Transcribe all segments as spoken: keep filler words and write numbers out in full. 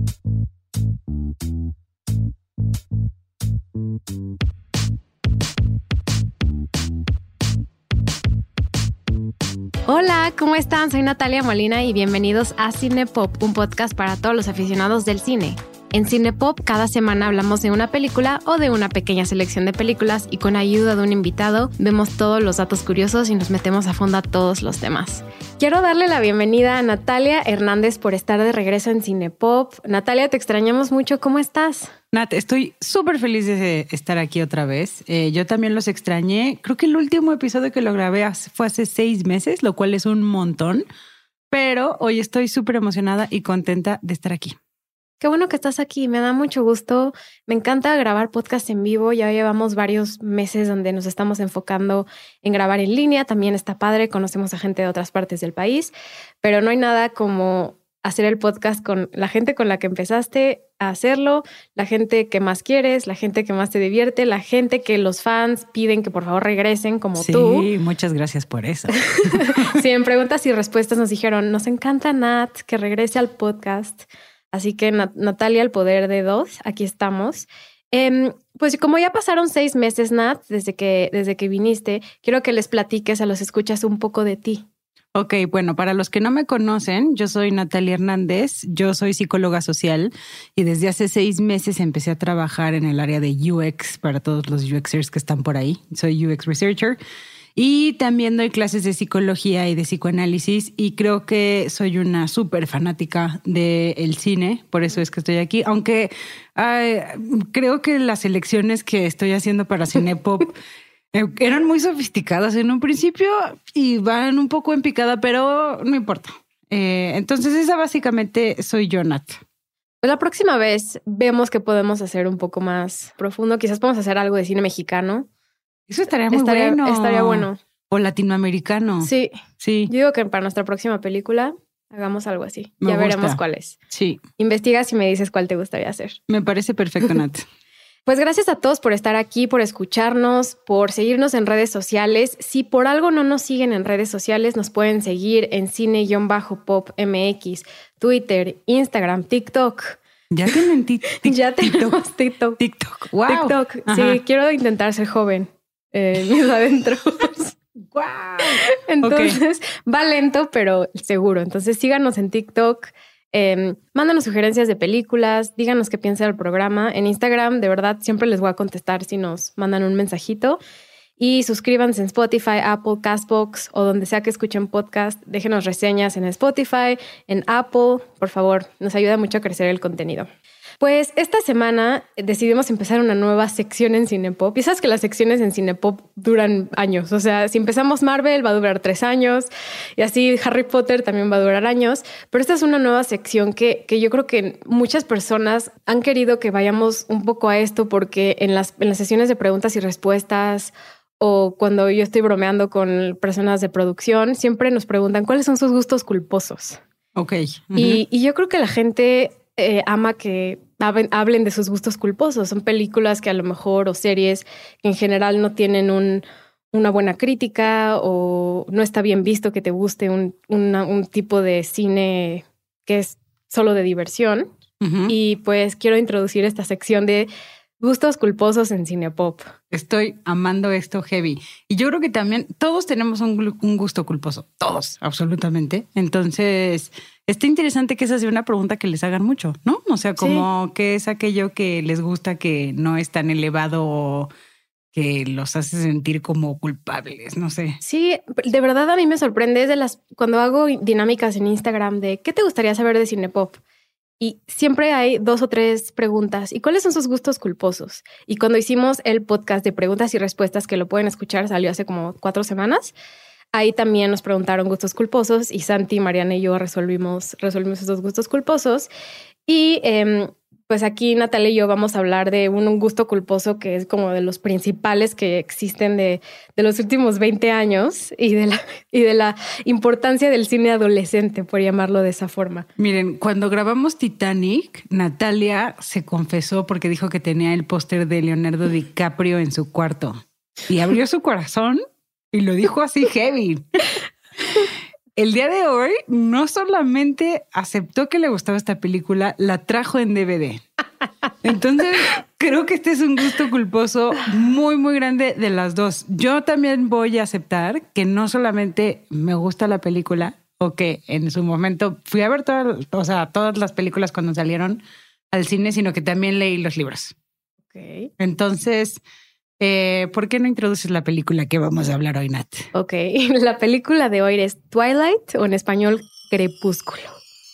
Hola, ¿cómo están? Soy Natalia Molina y bienvenidos a Cinepop, un podcast para todos los aficionados del cine. En Cinepop, cada semana hablamos de una película o de una pequeña selección de películas y con ayuda de un invitado vemos todos los datos curiosos y nos metemos a fondo a todos los temas. Quiero darle la bienvenida a Natalia Hernández por estar de regreso en Cinepop. Natalia, te extrañamos mucho. ¿Cómo estás? Nat, estoy súper feliz de estar aquí otra vez. Eh, yo también los extrañé. Creo que el último episodio que lo grabé fue hace seis meses, lo cual es un montón. Pero hoy estoy súper emocionada y contenta de estar aquí. Qué bueno que estás aquí, me da mucho gusto. Me encanta grabar podcast en vivo. Ya llevamos varios meses donde nos estamos enfocando en grabar en línea. También está padre, conocemos a gente de otras partes del país, pero no hay nada como hacer el podcast con la gente con la que empezaste a hacerlo, la gente que más quieres, la gente que más te divierte, la gente que los fans piden que por favor regresen como sí, tú. Sí, muchas gracias por eso. Sí, en preguntas y respuestas nos dijeron, nos encanta Nat, que regrese al podcast. Así que Nat- Natalia, el poder de dos, aquí estamos. Eh, pues como ya pasaron seis meses, Nat, desde que, desde que viniste, quiero que les platiques a los escuchas un poco de ti. Ok, bueno, para los que no me conocen, yo soy Natalia Hernández, yo soy psicóloga social y desde hace seis meses empecé a trabajar en el área de U X para todos los UXers que están por ahí. Soy U X Researcher. Y también doy clases de psicología y de psicoanálisis y creo que soy una súper fanática del cine, por eso es que estoy aquí, aunque eh, creo que las elecciones que estoy haciendo para Cinepop eh, eran muy sofisticadas en un principio y van un poco en picada, pero no importa. Eh, entonces esa básicamente soy yo, Nat. Pues la próxima vez vemos que podemos hacer un poco más profundo, quizás podemos hacer algo de cine mexicano. Eso estaría muy estaría, bueno. Estaría bueno. O latinoamericano. Sí. Sí. Yo digo que para nuestra próxima película hagamos algo así. Me ya gusta. veremos cuál es. Sí. Investigas y me dices cuál te gustaría hacer. Me parece perfecto, Nat. Pues gracias a todos por estar aquí, por escucharnos, por seguirnos en redes sociales. Si por algo no nos siguen en redes sociales, nos pueden seguir en Cine-Pop M X, Twitter, Instagram, TikTok. Ya tienen tic- tic- Ya tenemos TikTok. TikTok. Wow. TikTok. Ajá. Sí, quiero intentar ser joven. Eh, mis adentros. Wow. Entonces, okay. Va lento, pero seguro. Entonces, síganos en TikTok. Eh, mándanos sugerencias de películas. Díganos qué piensa del programa. En Instagram, de verdad, siempre les voy a contestar si nos mandan un mensajito. Y suscríbanse en Spotify, Apple, Castbox o donde sea que escuchen podcast. Déjenos reseñas en Spotify, en Apple. Por favor, nos ayuda mucho a crecer el contenido. Pues esta semana decidimos empezar una nueva sección en Cinepop. Y sabes que las secciones en Cinepop duran años. O sea, si empezamos Marvel va a durar tres años y así Harry Potter también va a durar años. Pero esta es una nueva sección que, que yo creo que muchas personas han querido que vayamos un poco a esto porque en las, en las sesiones de preguntas y respuestas o cuando yo estoy bromeando con personas de producción, siempre nos preguntan cuáles son sus gustos culposos. Ok. Uh-huh. Y, y yo creo que la gente eh, ama que hablen de sus gustos culposos. Son películas que a lo mejor o series que en general no tienen un, una buena crítica o no está bien visto que te guste un, una, un tipo de cine que es solo de diversión. Uh-huh. Y pues quiero introducir esta sección de gustos culposos en Cinepop. Estoy amando esto heavy. Y yo creo que también todos tenemos un, un gusto culposo. Todos, absolutamente. Entonces, está interesante que esa sea una pregunta que les hagan mucho, ¿no? O sea, como sí. ¿Qué es aquello que les gusta que no es tan elevado o que los hace sentir como culpables? No sé. Sí, de verdad a mí me sorprende de las cuando hago dinámicas en Instagram de ¿qué te gustaría saber de Cinepop? Y siempre hay dos o tres preguntas. ¿Y cuáles son sus gustos culposos? Y cuando hicimos el podcast de preguntas y respuestas, que lo pueden escuchar, salió hace como cuatro semanas, ahí también nos preguntaron gustos culposos y Santi, Mariana y yo resolvimos, resolvimos esos gustos culposos. Y eh, pues aquí Natalia y yo vamos a hablar de un, un gusto culposo que es como de los principales que existen de, de los últimos veinte años y de, la, y de la importancia del cine adolescente, por llamarlo de esa forma. Miren, cuando grabamos Titanic, Natalia se confesó porque dijo que tenía el póster de Leonardo DiCaprio en su cuarto y abrió su corazón y lo dijo así heavy. el día de hoy no solamente aceptó que le gustaba esta película, la trajo en D V D. Entonces, creo que este es un gusto culposo muy, muy grande de las dos. Yo también voy a aceptar que no solamente me gusta la película, o que en su momento fui a ver todas, o sea, todas las películas cuando salieron al cine, sino que también leí los libros. Ok. Entonces, eh, ¿por qué no introduces la película que vamos a hablar hoy, Nat? Ok, la película de hoy es Twilight, o en español, Crepúsculo.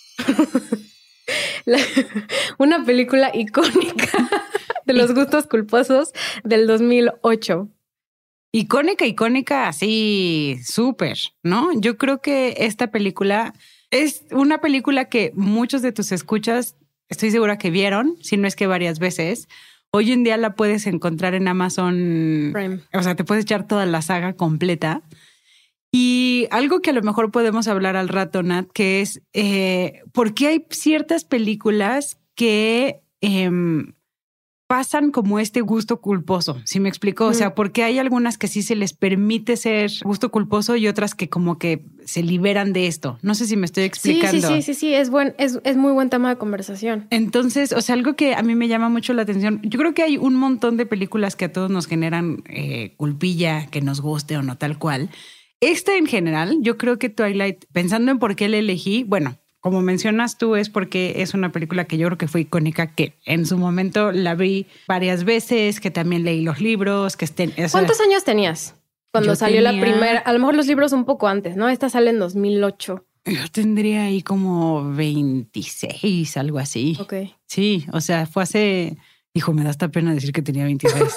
La, una película icónica de los gustos culposos del dos mil ocho. Icónica, icónica, así súper, ¿no? Yo creo que esta película es una película que muchos de tus escuchas estoy segura que vieron, si no es que varias veces. Hoy en día la puedes encontrar en Amazon Prime. O sea, te puedes echar toda la saga completa. Y algo que a lo mejor podemos hablar al rato, Nat, que es eh, por qué hay ciertas películas que eh, pasan como este gusto culposo, ¿sí me explico? Mm. O sea, porque hay algunas que sí se les permite ser gusto culposo y otras que como que se liberan de esto. No sé si me estoy explicando. Sí, sí, sí, sí, sí. Es, buen, es, es muy buen tema de conversación. Entonces, o sea, algo que a mí me llama mucho la atención, yo creo que hay un montón de películas que a todos nos generan eh, culpilla, que nos guste o no tal cual. Esta en general, yo creo que Twilight, pensando en por qué la elegí, bueno, como mencionas tú, es porque es una película que yo creo que fue icónica, que en su momento la vi varias veces, que también leí los libros, que estén... O sea, ¿cuántos años tenías cuando salió tenía... la primera? A lo mejor los libros un poco antes, ¿no? Esta sale en dos mil ocho. Yo tendría ahí como veintiséis, algo así. Ok. Sí, o sea, fue hace... Hijo, me da hasta pena decir que tenía veintiséis.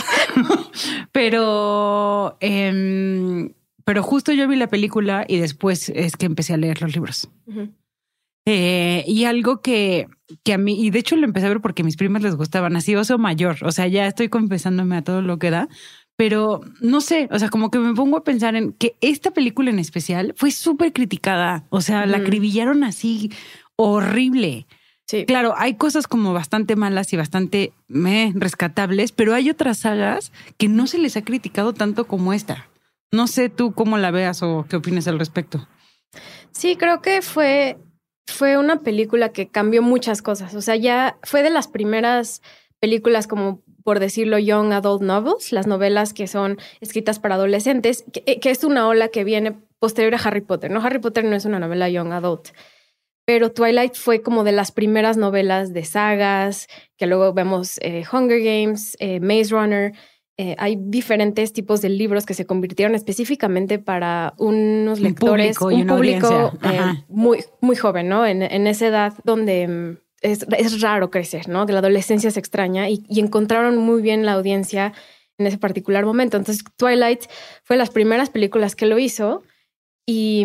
Pero... Eh, pero justo yo vi la película y después es que empecé a leer los libros. Uh-huh. Eh, y algo que, que a mí, y de hecho lo empecé a ver porque a mis primas les gustaban, así oso mayor, o sea, ya estoy confesándome a todo lo que da, pero no sé, o sea, como que me pongo a pensar en que esta película en especial fue súper criticada, o sea, mm. la acribillaron así horrible. Sí. Claro, hay cosas como bastante malas y bastante meh, rescatables, pero hay otras sagas que no se les ha criticado tanto como esta. No sé tú cómo la veas o qué opinas al respecto. Sí, creo que fue, fue una película que cambió muchas cosas. O sea, ya fue de las primeras películas, como por decirlo, young adult novels, las novelas que son escritas para adolescentes, que, que es una ola que viene posterior a Harry Potter, ¿no? Harry Potter no es una novela young adult, pero Twilight fue como de las primeras novelas de sagas, que luego vemos eh, Hunger Games, eh, Maze Runner. Eh, hay diferentes tipos de libros que se convirtieron específicamente para unos lectores, un público, un público eh, muy, muy joven, ¿no? En, en esa edad donde es, es raro crecer, ¿no? De la adolescencia se extraña y, y encontraron muy bien la audiencia en ese particular momento. Entonces, Twilight fue de las primeras películas que lo hizo y,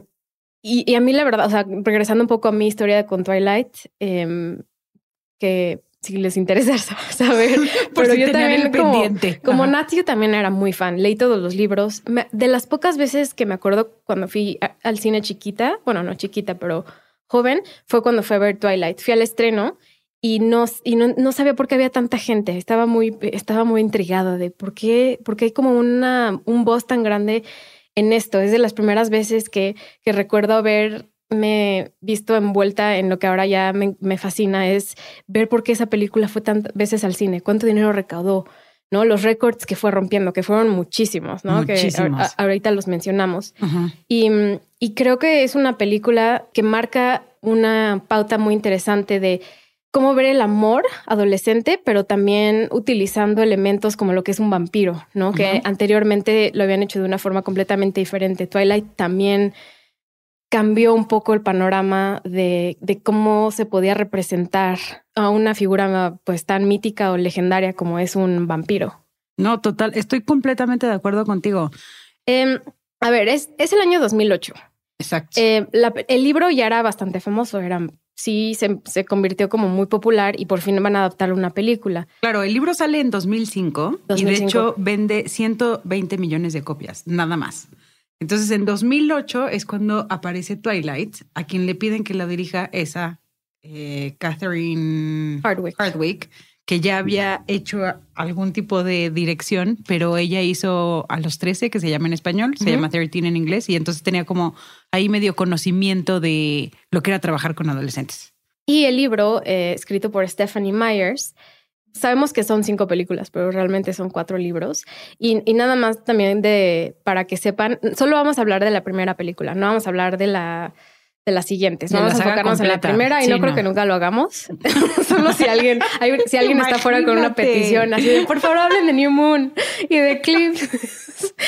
y, y a mí la verdad, o sea, regresando un poco a mi historia con Twilight, eh, que... si les interesa saber, pero si yo también como, como Nat, yo también era muy fan, leí todos los libros. Me, de las pocas veces que me acuerdo cuando fui a, al cine chiquita, bueno, no chiquita, pero joven, fue cuando fui a ver Twilight. Fui al estreno y no, y no, no sabía por qué había tanta gente. Estaba muy, estaba muy intrigada de por qué, por qué hay como una, un buzz tan grande en esto. Es de las primeras veces que, que recuerdo haber me he visto envuelta en lo que ahora ya me, me fascina, es ver por qué esa película fue tantas veces al cine, cuánto dinero recaudó, ¿no? Los récords que fue rompiendo, que fueron muchísimos, ¿no? Muchísimos. Que a, a, ahorita los mencionamos. Uh-huh. Y, y creo que es una película que marca una pauta muy interesante de cómo ver el amor adolescente, pero también utilizando elementos como lo que es un vampiro, ¿no? Uh-huh. Que anteriormente lo habían hecho de una forma completamente diferente. Twilight también cambió un poco el panorama de, de cómo se podía representar a una figura pues tan mítica o legendaria como es un vampiro. No, total, estoy completamente de acuerdo contigo. Eh, a ver, es, es el año dos mil ocho. Exacto. Eh, la, el libro ya era bastante famoso, era, sí se, se convirtió como muy popular y por fin van a adaptar una película. Claro, el libro sale en dos mil cinco, dos mil cinco. Y de hecho vende ciento veinte millones de copias, nada más. Entonces, en dos mil ocho es cuando aparece Twilight, a quien le piden que la dirija esa eh, Catherine Hardwicke. Hardwicke, que ya había hecho algún tipo de dirección, pero ella hizo A los trece, que se llama en español, se uh-huh. llama trece en inglés, y entonces tenía como ahí medio conocimiento de lo que era trabajar con adolescentes. Y el libro, eh, escrito por Stephanie Myers, sabemos que son cinco películas, pero realmente son cuatro libros. Y, y nada más también de, para que sepan, solo vamos a hablar de la primera película, no vamos a hablar de la... de las siguientes. No vamos a enfocarnos completa. en la primera y sí, no, no creo que nunca lo hagamos. Solo si alguien, hay, si alguien está fuera con una petición así de por favor hablen de New Moon y de Clips.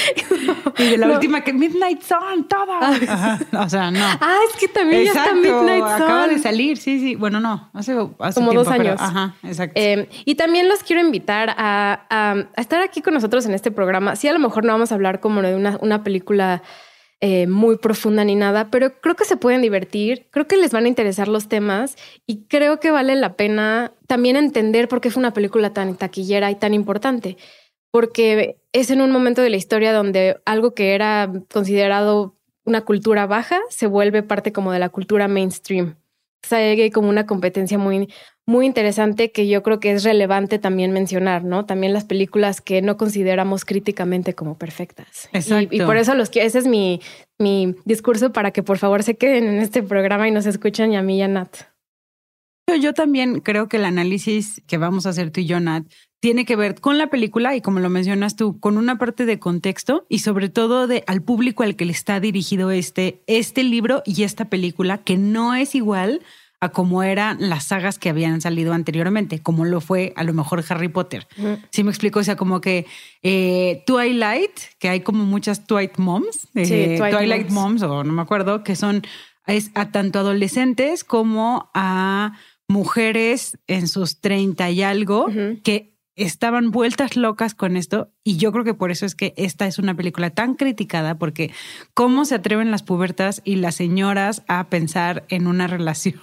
Y de la no. última que Midnight Sun, toda. Ajá. O sea, no. Ah, es que también exacto, ya está Midnight Sun. Acaba de salir, sí, sí. Bueno, no, hace, hace como tiempo, dos años. Pero, ajá, exacto. Eh, y también los quiero invitar a, a, a estar aquí con nosotros en este programa. Sí, a lo mejor no vamos a hablar como de una, una película Eh, muy profunda ni nada, pero creo que se pueden divertir, creo que les van a interesar los temas y creo que vale la pena también entender por qué fue una película tan taquillera y tan importante, porque es en un momento de la historia donde algo que era considerado una cultura baja se vuelve parte como de la cultura mainstream. O sea, hay como una competencia muy, muy interesante que yo creo que es relevante también mencionar, ¿no? También las películas que no consideramos críticamente como perfectas. Exacto. Y, y por eso los ese es mi, mi discurso para que por favor se queden en este programa y nos escuchen y a mí y a Nat. Yo, yo también creo que el análisis que vamos a hacer tú y yo, Nat, tiene que ver con la película y como lo mencionas tú, con una parte de contexto y sobre todo de al público al que le está dirigido este, este libro y esta película, que no es igual a como eran las sagas que habían salido anteriormente, como lo fue a lo mejor Harry Potter. Uh-huh. ¿Sí me explico? O sea, como que eh, Twilight, que hay como muchas Twilight Moms, eh, sí, Twilight, Twilight Moms. Moms, o no me acuerdo, que son es a tanto adolescentes como a mujeres en sus treinta y algo, uh-huh. que estaban vueltas locas con esto y yo creo que por eso es que esta es una película tan criticada, porque cómo se atreven las pubertas y las señoras a pensar en una relación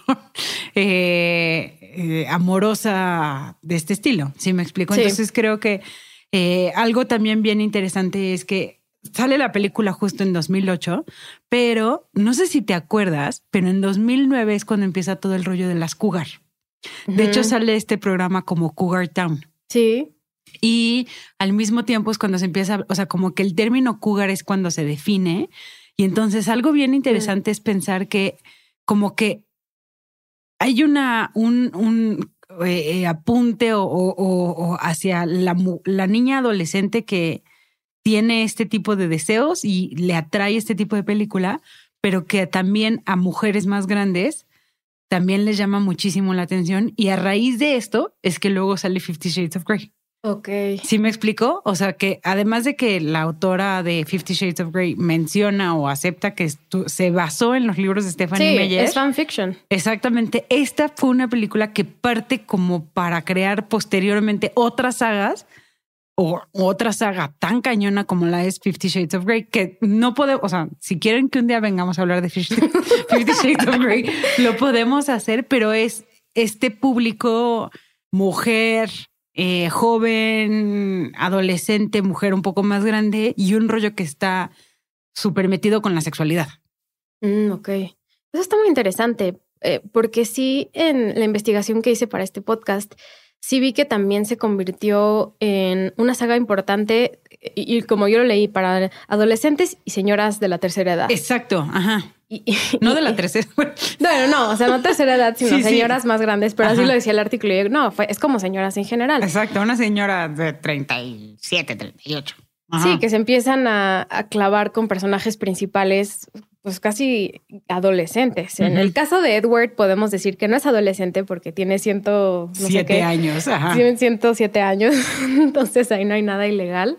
eh, eh, amorosa de este estilo, ¿sí me explico? Sí. Entonces creo que eh, algo también bien interesante es que sale la película justo en dos mil ocho, pero no sé si te acuerdas, pero en dos mil nueve es cuando empieza todo el rollo de las cougar. De uh-huh. hecho sale este programa como Cougar Town. Sí. Y al mismo tiempo es cuando se empieza, o sea, como que el término cougar es cuando se define. Y entonces algo bien interesante mm. es pensar que como que hay una, un, un eh, apunte o, o, o hacia la, la niña adolescente que tiene este tipo de deseos y le atrae este tipo de película, pero que también a mujeres más grandes también les llama muchísimo la atención y a raíz de esto es que luego sale Fifty Shades of Grey. Ok. ¿Sí me explico? O sea, que además de que la autora de Fifty Shades of Grey menciona o acepta que estu- se basó en los libros de Stephanie sí, Meyer. Es fanfiction. Exactamente. Esta fue una película que parte como para crear posteriormente otras sagas o otra saga tan cañona como la es Fifty Shades of Grey, que no podemos, o sea, si quieren que un día vengamos a hablar de Fifty Shades of Grey, lo podemos hacer, pero es este público, mujer, eh, joven, adolescente, mujer un poco más grande y un rollo que está súper metido con la sexualidad. Mm, ok. Eso está muy interesante, eh, porque sí, en la investigación que hice para este podcast, sí vi que también se convirtió en una saga importante y, y como yo lo leí, para adolescentes y señoras de la tercera edad. Exacto, ajá. Y, y, no de la tercera. Bueno, no, o sea, no tercera edad, sino sí, señoras sí. más grandes, pero ajá. así lo decía el artículo. Y yo, no, fue, es como señoras en general. Exacto, una señora de treinta y siete, treinta y ocho. Ajá. Sí, que se empiezan a, a clavar con personajes principales pues casi adolescentes. Uh-huh. En el caso de Edward podemos decir que no es adolescente porque tiene ciento... No siete sé qué, años. Ajá. Tiene ciento siete años, entonces ahí no hay nada ilegal.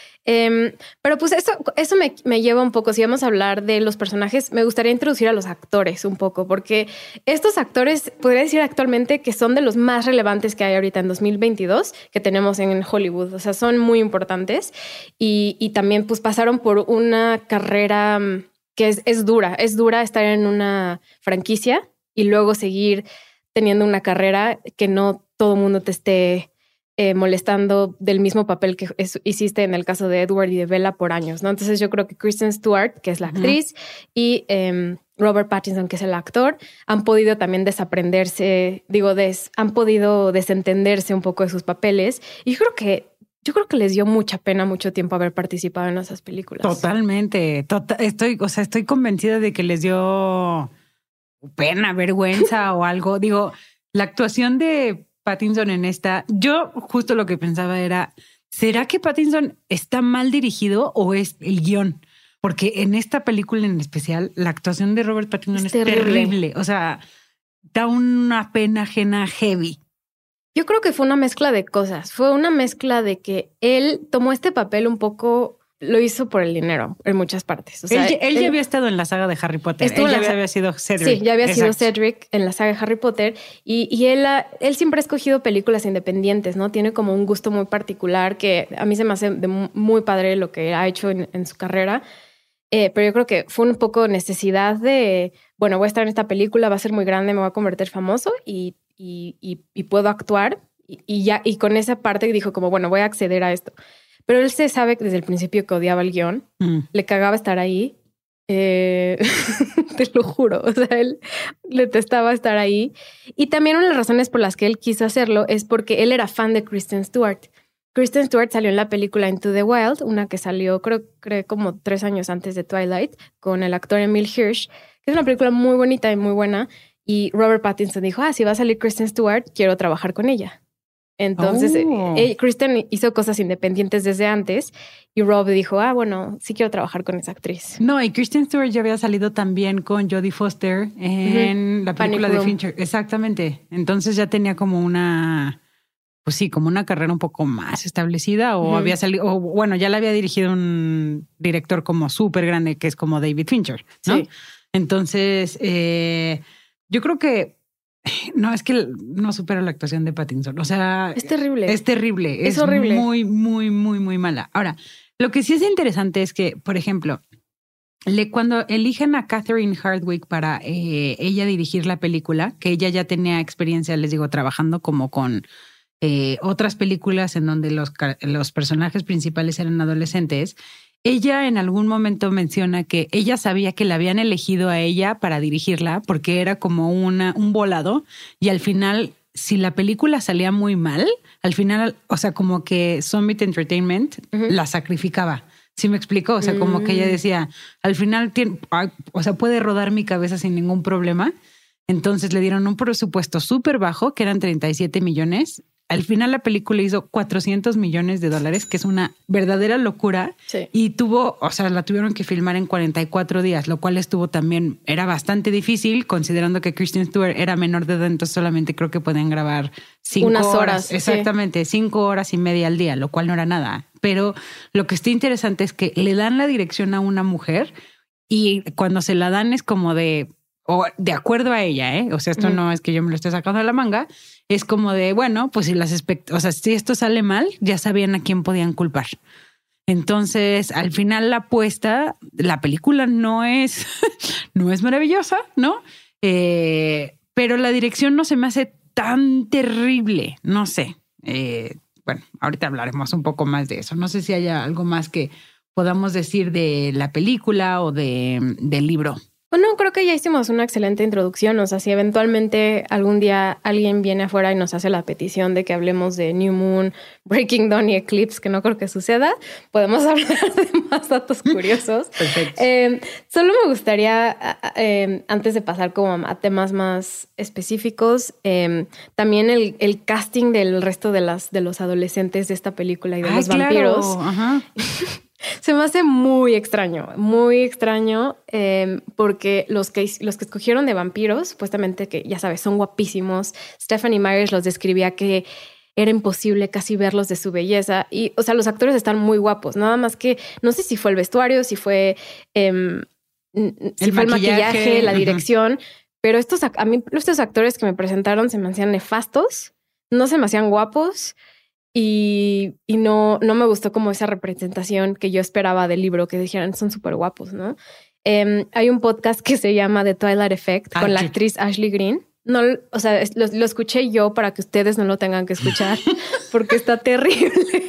Um, pero pues eso, eso me, me lleva un poco, si vamos a hablar de los personajes, me gustaría introducir a los actores un poco, porque estos actores, podría decir actualmente que son de los más relevantes que hay ahorita en dos mil veintidós, que tenemos en Hollywood, o sea, son muy importantes y, y también pues pasaron por una carrera que es, es dura, es dura estar en una franquicia y luego seguir teniendo una carrera que no todo el mundo te esté... Eh, molestando del mismo papel que es, hiciste en el caso de Edward y de Bella por años, ¿no? Entonces yo creo que Kristen Stewart, que es la actriz, uh-huh. y eh, Robert Pattinson, que es el actor, han podido también desaprenderse, digo, des, han podido desentenderse un poco de sus papeles. Y yo creo que, yo creo que les dio mucha pena mucho tiempo haber participado en esas películas. Totalmente. Tota- estoy, o sea, estoy convencida de que les dio pena, vergüenza o algo. Digo, la actuación de Pattinson en esta, yo justo lo que pensaba era, ¿será que Pattinson está mal dirigido o es el guión? Porque en esta película en especial, la actuación de Robert Pattinson es, es terrible. terrible. O sea, da una pena ajena heavy. Yo creo que fue una mezcla de cosas. Fue una mezcla de que él tomó este papel un poco, lo hizo por el dinero en muchas partes. O sea, él, él, él ya había estado en la saga de Harry Potter. Él ya había sido Cedric. Sí, ya había Exacto. sido Cedric en la saga de Harry Potter. Y, y él, él siempre ha escogido películas independientes, ¿no? Tiene como un gusto muy particular que a mí se me hace de muy padre lo que ha hecho en, en su carrera. Eh, pero yo creo que fue un poco necesidad de, bueno, voy a estar en esta película, va a ser muy grande, me voy a convertir famoso y, y, y, y puedo actuar. Y, y ya, y con esa parte dijo como, bueno, voy a acceder a esto. Pero él se sabe desde el principio que odiaba el guión, mm. le cagaba estar ahí. Eh, te lo juro, o sea, él le detestaba estar ahí. Y también una de las razones por las que él quiso hacerlo es porque él era fan de Kristen Stewart. Kristen Stewart salió en la película Into the Wild, una que salió creo, creo como tres años antes de Twilight, con el actor Emil Hirsch, que es una película muy bonita y muy buena. Y Robert Pattinson dijo, ah, si va a salir Kristen Stewart, quiero trabajar con ella. Entonces, oh. eh, Kristen hizo cosas independientes desde antes y Rob dijo, ah, bueno, sí quiero trabajar con esa actriz. No, y Kristen Stewart ya había salido también con Jodie Foster en uh-huh. la película Panic de Room. Fincher. Exactamente. Entonces ya tenía como una... Pues sí, como una carrera un poco más establecida o uh-huh. había salido, o bueno, ya la había dirigido un director como súper grande que es como David Fincher, ¿no? Sí. Entonces, eh, yo creo que no, es que no supera la actuación de Pattinson. O sea, es terrible. Es terrible. Es, es horrible. Muy, muy, muy, muy mala. Ahora, lo que sí es interesante es que, por ejemplo, le, cuando eligen a Catherine Hardwicke para eh, ella dirigir la película, que ella ya tenía experiencia, les digo, trabajando como con Eh, otras películas en donde los, los personajes principales eran adolescentes, ella en algún momento menciona que ella sabía que la habían elegido a ella para dirigirla porque era como una, un volado y al final, si la película salía muy mal, al final, o sea, como que Summit Entertainment uh-huh. la sacrificaba. ¿Sí me explicó? O sea, como mm. que ella decía, al final, tiene, o sea, puede rodar mi cabeza sin ningún problema. Entonces le dieron un presupuesto súper bajo, que eran treinta y siete millones. Al final la película hizo cuatrocientos millones de dólares, que es una verdadera locura. Sí. Y tuvo, o sea, la tuvieron que filmar en cuarenta y cuatro días, lo cual estuvo también, era bastante difícil, considerando que Kristen Stewart era menor de edad, entonces solamente creo que pueden grabar cinco Unas horas. horas. Exactamente, sí. cinco horas y media al día, lo cual no era nada. Pero lo que está interesante es que le dan la dirección a una mujer y cuando se la dan es como de... o de acuerdo a ella, ¿eh? O sea, esto mm. no es que yo me lo esté sacando de la manga, es como de, bueno, pues si las expect- o sea, si esto sale mal, ya sabían a quién podían culpar. Entonces, al final la apuesta, la película no es, no es maravillosa, ¿no? Eh, pero la dirección no se me hace tan terrible, no sé. Eh, bueno, ahorita hablaremos un poco más de eso. No sé si haya algo más que podamos decir de la película o de, del libro. Bueno, creo que ya hicimos una excelente introducción. O sea, si eventualmente algún día alguien viene afuera y nos hace la petición de que hablemos de New Moon, Breaking Dawn y Eclipse, que no creo que suceda, podemos hablar de más datos curiosos. Perfecto. Eh, solo me gustaría, eh, antes de pasar como a temas más específicos, eh, también el, el casting del resto de, las, de los adolescentes de esta película y de Ay, los claro. vampiros. Ajá. Se me hace muy extraño, muy extraño, eh, porque los que, los que escogieron de vampiros, supuestamente que ya sabes, son guapísimos. Stephanie Myers los describía que era imposible casi verlos de su belleza. Y, o sea, los actores están muy guapos, nada más que no sé si fue el vestuario, si fue, eh, si el, fue maquillaje. el maquillaje, la dirección. Uh-huh. Pero estos, a mí, estos actores que me presentaron se me hacían nefastos, no se me hacían guapos. Y, y no, no me gustó como esa representación que yo esperaba del libro, que dijeran son súper guapos, ¿no? Eh, hay un podcast que se llama The Twilight Effect con ah, la actriz Ashley Greene. No, o sea, lo, lo escuché yo para que ustedes no lo tengan que escuchar porque está terrible.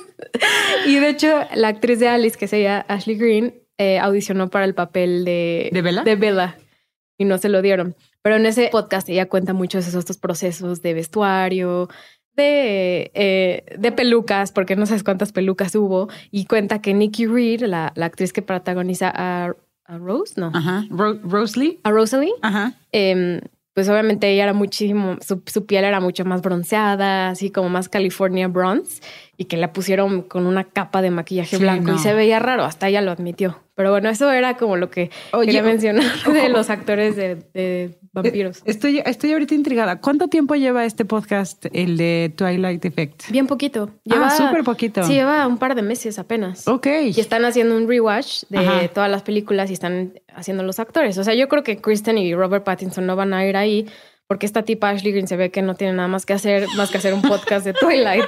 Y de hecho, la actriz de Alice, que se llama Ashley Greene, eh, audicionó para el papel de... ¿De Bella? De Bella. y no se lo dieron. Pero en ese podcast ella cuenta muchos de esos procesos de vestuario, de, eh, de pelucas, porque no sabes cuántas pelucas hubo, y cuenta que Nikki Reed, la, la actriz que protagoniza a, a Rose, no. Ajá, Ro- Rosalie. A Rosalie. Ajá. Eh, pues obviamente ella era muchísimo, su, su piel era mucho más bronceada, así como más California bronze, y que la pusieron con una capa de maquillaje sí, blanco no. y se veía raro, hasta ella lo admitió. Pero bueno, eso era como lo que Oye, quería mencionar de los actores de, de vampiros. Estoy, estoy ahorita intrigada. ¿Cuánto tiempo lleva este podcast, el de Twilight Effect? Bien poquito. Lleva, ah, súper poquito. Sí, lleva un par de meses apenas. Ok. Y están haciendo un rewatch de Ajá. todas las películas y están haciendo los actores. O sea, yo creo que Kristen y Robert Pattinson no van a ir ahí porque esta tipa Ashley Greene se ve que no tiene nada más que hacer, más que hacer un podcast de Twilight.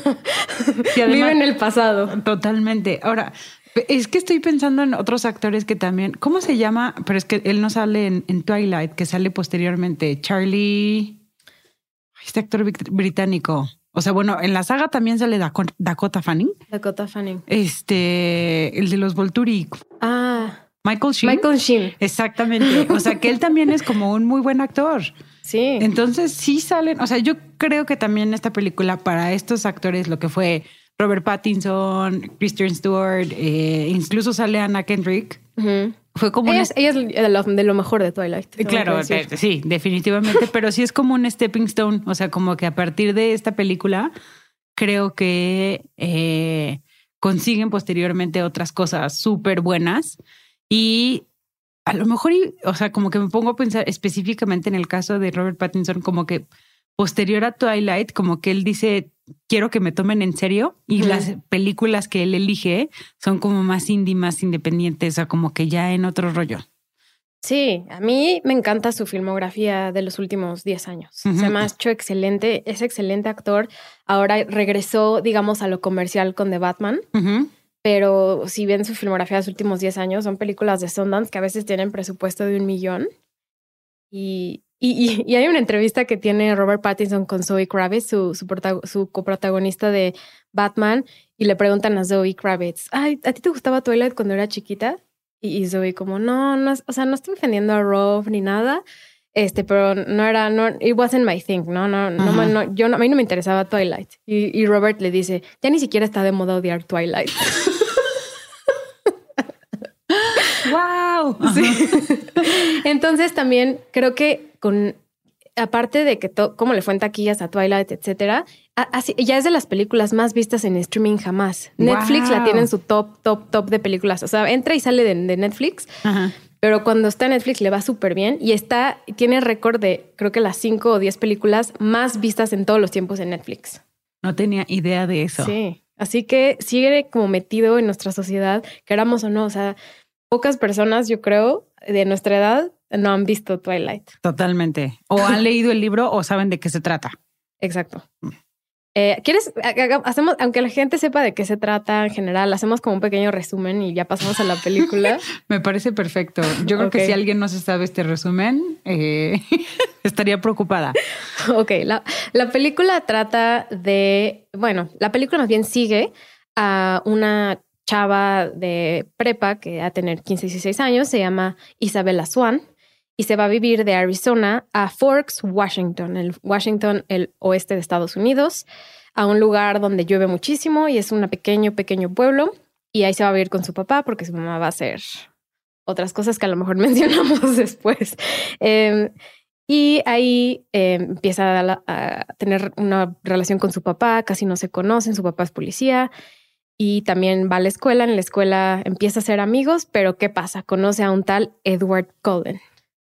Y además, vive en el pasado. Totalmente. Ahora, es que estoy pensando en otros actores que también... ¿Cómo se llama? Pero es que él no sale en, en Twilight, que sale posteriormente. Charlie... Este actor británico. O sea, bueno, en la saga también sale Dakota, Dakota Fanning. Dakota Fanning. Este... El de los Volturi. Ah... Michael Sheen. Michael Sheen. Exactamente. O sea, que él también es como un muy buen actor. Sí. Entonces sí salen, o sea, yo creo que también esta película para estos actores, lo que fue Robert Pattinson, Kristen Stewart, eh, incluso sale Anna Kendrick, uh-huh. fue como... Ella, un... es, ella es de lo, de lo mejor de Twilight. Claro, de, sí, definitivamente, pero sí es como un stepping stone, o sea, como que a partir de esta película creo que eh, consiguen posteriormente otras cosas súper buenas y... A lo mejor, o sea, como que me pongo a pensar específicamente en el caso de Robert Pattinson, como que posterior a Twilight, como que él dice, quiero que me tomen en serio. Y uh-huh. las películas que él elige son como más indie, más independientes, o sea, como que ya en otro rollo. Sí, a mí me encanta su filmografía de los últimos diez años. Uh-huh. Se me ha hecho excelente, es excelente actor. Ahora regresó, digamos, a lo comercial con The Batman. Uh-huh. Pero si ven su filmografía de los últimos diez años, son películas de Sundance que a veces tienen presupuesto de un millón. Y, y, y hay una entrevista que tiene Robert Pattinson con Zoe Kravitz, su, su, prota- su coprotagonista de Batman, y le preguntan a Zoe Kravitz, ay, ¿a ti te gustaba Twilight cuando era chiquita? Y, y Zoe como, no, no, o sea, no estoy defendiendo a Rob ni nada, este, pero no era, no, it wasn't my thing, no, no, no, no, no yo, a mí no me interesaba Twilight. Y, y Robert le dice, ya ni siquiera está de moda odiar Twilight. ¡Wow! Sí. Entonces también creo que con, aparte de que to, cómo le fue en taquillas a Twilight, etcétera, así, ya es de las películas más vistas en streaming jamás. Wow. Netflix la tiene en su top, top, top de películas. O sea, entra y sale de, de Netflix. Ajá. Pero cuando está en Netflix le va súper bien y está, tiene récord de creo que las cinco o diez películas más vistas en todos los tiempos en Netflix. No tenía idea de eso. Sí. Así que sigue como metido en nuestra sociedad, queramos o no. O sea, pocas personas, yo creo, de nuestra edad no han visto Twilight. Totalmente. O han leído el libro o saben de qué se trata. Exacto. Eh, ¿Quieres? Hacemos, aunque la gente sepa de qué se trata en general, hacemos como un pequeño resumen y ya pasamos a la película. Me parece perfecto. Yo creo okay. que si alguien no se sabe este resumen, eh, estaría preocupada. Ok, la, la película trata de, bueno, la película más bien sigue a una chava de prepa que va a tener quince, dieciséis años, se llama Isabella Swan. Y se va a vivir de Arizona a Forks, Washington, el Washington, el oeste de Estados Unidos, a un lugar donde llueve muchísimo y es un pequeño, pequeño pueblo. Y ahí se va a vivir con su papá porque su mamá va a hacer otras cosas que a lo mejor mencionamos después. Eh, y ahí eh, empieza a, a tener una relación con su papá, casi no se conocen, su papá es policía. Y también va a la escuela, en la escuela empieza a ser amigos, pero ¿qué pasa? Conoce a un tal Edward Cullen.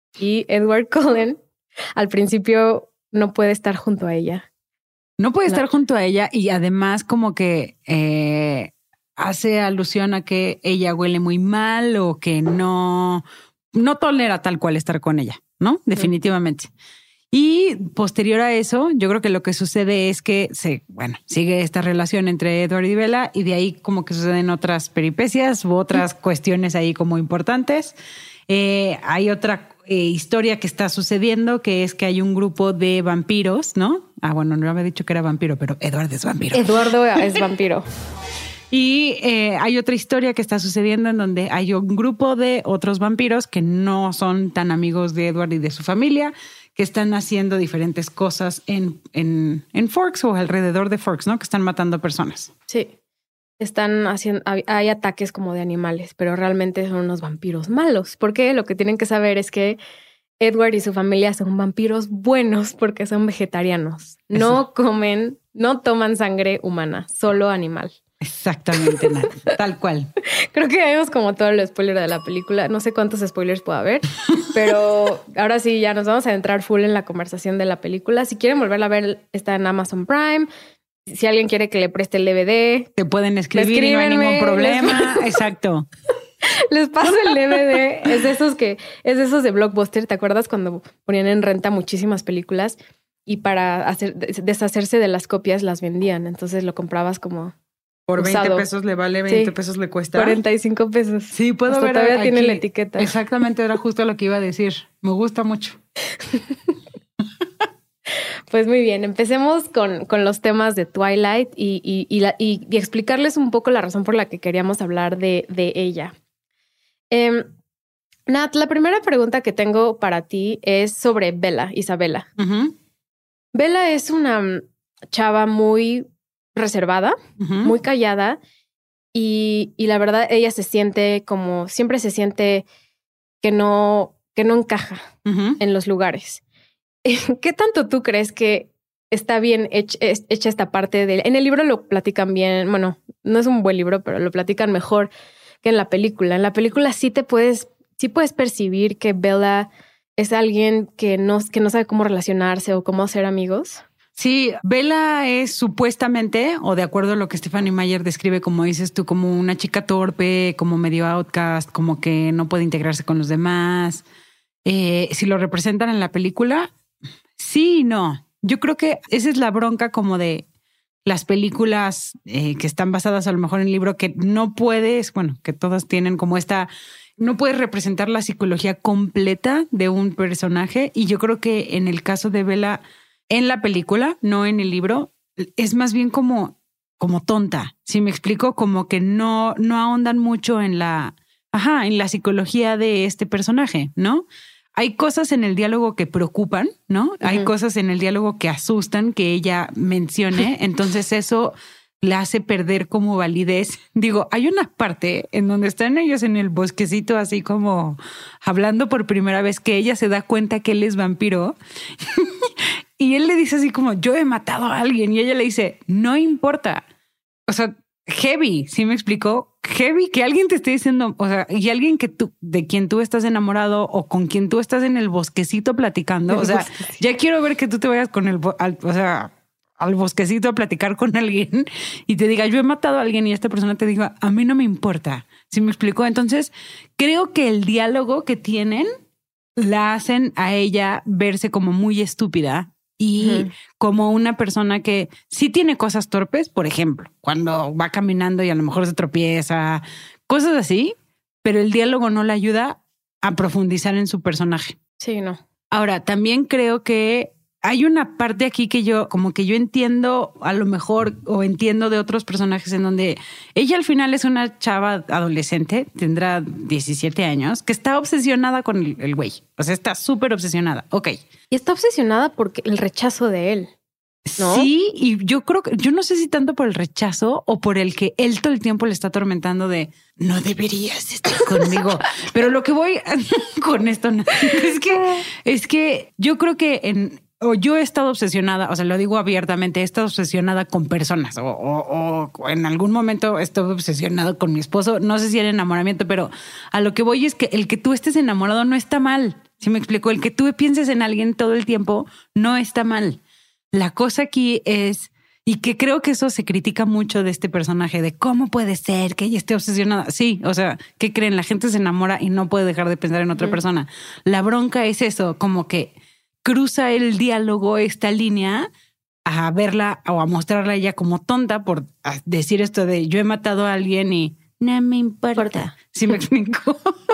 Y Edward Cullen al principio no puede estar junto a ella. No puede no. estar junto a ella y además como que eh, hace alusión a que ella huele muy mal o que no, no tolera tal cual estar con ella, ¿no? Definitivamente. Sí. Y posterior a eso, yo creo que lo que sucede es que se, bueno, sigue esta relación entre Edward y Bella y de ahí como que suceden otras peripecias u otras mm. cuestiones ahí como importantes. Eh, hay otra eh, historia que está sucediendo, que es que hay un grupo de vampiros, ¿no? Ah, bueno, no había dicho que era vampiro, pero Eduardo es vampiro. Eduardo es vampiro. Y eh, hay otra historia que está sucediendo en donde hay un grupo de otros vampiros que no son tan amigos de Edward y de su familia, que están haciendo diferentes cosas en, en, en Forks o alrededor de Forks, ¿no? Que están matando personas. Sí. Están haciendo, hay ataques como de animales, pero realmente son unos vampiros malos. Porque lo que tienen que saber es que Edward y su familia son vampiros buenos porque son vegetarianos. Eso. No comen, no toman sangre humana, solo animal. Exactamente, nada, tal cual. Creo que ya vimos como todo el spoiler de la película. No sé cuántos spoilers puede haber, pero ahora sí ya nos vamos a entrar full en la conversación de la película. Si quieren volverla a ver, está en Amazon Prime. Si alguien quiere que le preste el D V D, te pueden escribir y no hay ningún problema. Les... Exacto. Les paso el D V D. Es de esos que es de esos de Blockbuster. ¿Te acuerdas cuando ponían en renta muchísimas películas y para hacer deshacerse de las copias las vendían? Entonces lo comprabas como por usado. veinte pesos le vale, veinte sí, pesos le cuesta. cuarenta y cinco pesos. Sí, puedo Hasta ver. Todavía aquí. Tiene la etiqueta. Exactamente, era justo lo que iba a decir. Me gusta mucho. Pues muy bien, empecemos con, con los temas de Twilight y, y, y, la, y, y explicarles un poco la razón por la que queríamos hablar de, de ella. Eh, Nat, la primera pregunta que tengo para ti es sobre Bella, Isabela. Uh-huh. Bella es una chava muy reservada, uh-huh. muy callada y, y la verdad ella se siente como, siempre se siente que no, que no encaja uh-huh. en los lugares. ¿Qué tanto tú crees que está bien hecha, hecha esta parte de... En el libro lo platican bien, bueno, no es un buen libro, pero lo platican mejor que en la película. En la película sí te puedes, sí puedes percibir que Bella es alguien que no, que no sabe cómo relacionarse o cómo hacer amigos. Sí, Bella es supuestamente, o de acuerdo a lo que Stephenie Meyer describe, como dices tú, como una chica torpe, como medio outcast, como que no puede integrarse con los demás. Eh, si lo representan en la película... Sí y no. Yo creo que esa es la bronca como de las películas eh, que están basadas a lo mejor en el libro, que no puedes, bueno, que todas tienen como esta, no puedes representar la psicología completa de un personaje. Y yo creo que en el caso de Bella, en la película, no en el libro, es más bien como, como tonta. Si me explico, como que no, no ahondan mucho en la, ajá, en la psicología de este personaje, ¿no? Hay cosas en el diálogo que preocupan, ¿no? Uh-huh. Hay cosas en el diálogo que asustan que ella mencione. Entonces eso la hace perder como validez. Digo, hay una parte en donde están ellos en el bosquecito así como hablando por primera vez que ella se da cuenta que él es vampiro. Y él le dice así como, yo he matado a alguien. Y ella le dice, no importa. O sea, heavy, ¿sí me explicó? Heavy que alguien te esté diciendo, o sea, y alguien que tú, de quien tú estás enamorado o con quien tú estás en el bosquecito platicando. O sea, ya quiero ver que tú te vayas con el, al, o sea, al bosquecito a platicar con alguien y te diga, yo he matado a alguien y esta persona te diga, a mí no me importa. ¿Sí me explicó? Entonces, creo que el diálogo que tienen la hacen a ella verse como muy estúpida. Y uh-huh. como una persona que sí tiene cosas torpes, por ejemplo, cuando va caminando y a lo mejor se tropieza, cosas así, pero el diálogo no le ayuda a profundizar en su personaje. Sí, no. Ahora, también creo que hay una parte aquí que yo, como que yo entiendo a lo mejor, o entiendo de otros personajes en donde ella al final es una chava adolescente, tendrá diecisiete años, que está obsesionada con el, el güey. O sea, está súper obsesionada. Ok. Y está obsesionada porque el rechazo de él, ¿no? Sí, y yo creo que, yo no sé si tanto por el rechazo o por el que él todo el tiempo le está atormentando de no deberías estar conmigo. Pero lo que voy con esto no, es que, es que yo creo que en, o yo he estado obsesionada, o sea, lo digo abiertamente, he estado obsesionada con personas o, o, o en algún momento he estado obsesionado con mi esposo. No sé si era enamoramiento, pero a lo que voy es que el que tú estés enamorado no está mal. ¿Sí me explico? El que tú pienses en alguien todo el tiempo no está mal. La cosa aquí es, y que creo que eso se critica mucho de este personaje, de cómo puede ser que ella esté obsesionada. Sí, o sea, ¿qué creen? La gente se enamora y no puede dejar de pensar en otra mm. persona. La bronca es eso, como que cruza el diálogo esta línea a verla o a mostrarla a ella como tonta por decir esto de yo he matado a alguien y no me importa. ¿Sí me explico?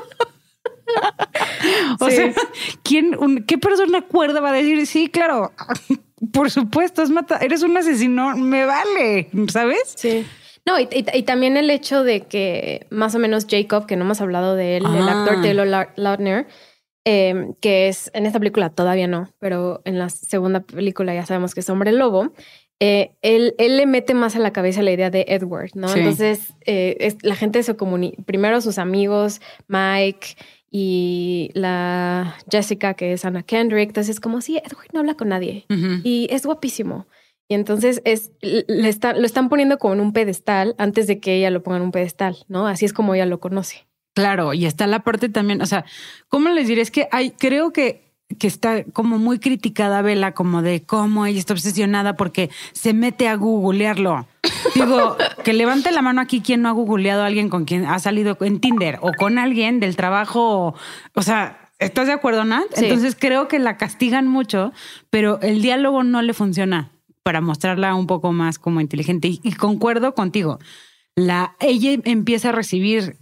O sí. sea, ¿quién, un, ¿qué persona cuerda va a decir? Sí, claro, por supuesto, es mata, eres un asesino, me vale, ¿sabes? Sí. No, y, y, y también el hecho de que más o menos Jacob, que no hemos hablado de él, ah. el actor Taylor Lautner, eh, que es en esta película todavía no, pero en la segunda película ya sabemos que es hombre lobo. Eh, él, él le mete más a la cabeza la idea de Edward, ¿no? Sí. Entonces, eh, es, la gente se comunica, primero sus amigos, Mike y la Jessica, que es Anna Kendrick. Entonces, como si sí, Edward no habla con nadie uh-huh. y es guapísimo. Y entonces es, le está, lo están poniendo como en un pedestal antes de que ella lo ponga en un pedestal, ¿no? Así es como ella lo conoce. Claro, y está la parte también, o sea, ¿cómo les diré? Es que hay, creo que, que está como muy criticada Bella, como de cómo ella está obsesionada porque se mete a googlearlo. Digo, que levante la mano aquí quien no ha googleado a alguien con quien ha salido en Tinder o con alguien del trabajo. O, o sea, ¿estás de acuerdo, Nat? Sí. Entonces creo que la castigan mucho, pero el diálogo no le funciona para mostrarla un poco más como inteligente. Y, y concuerdo contigo. La, ella empieza a recibir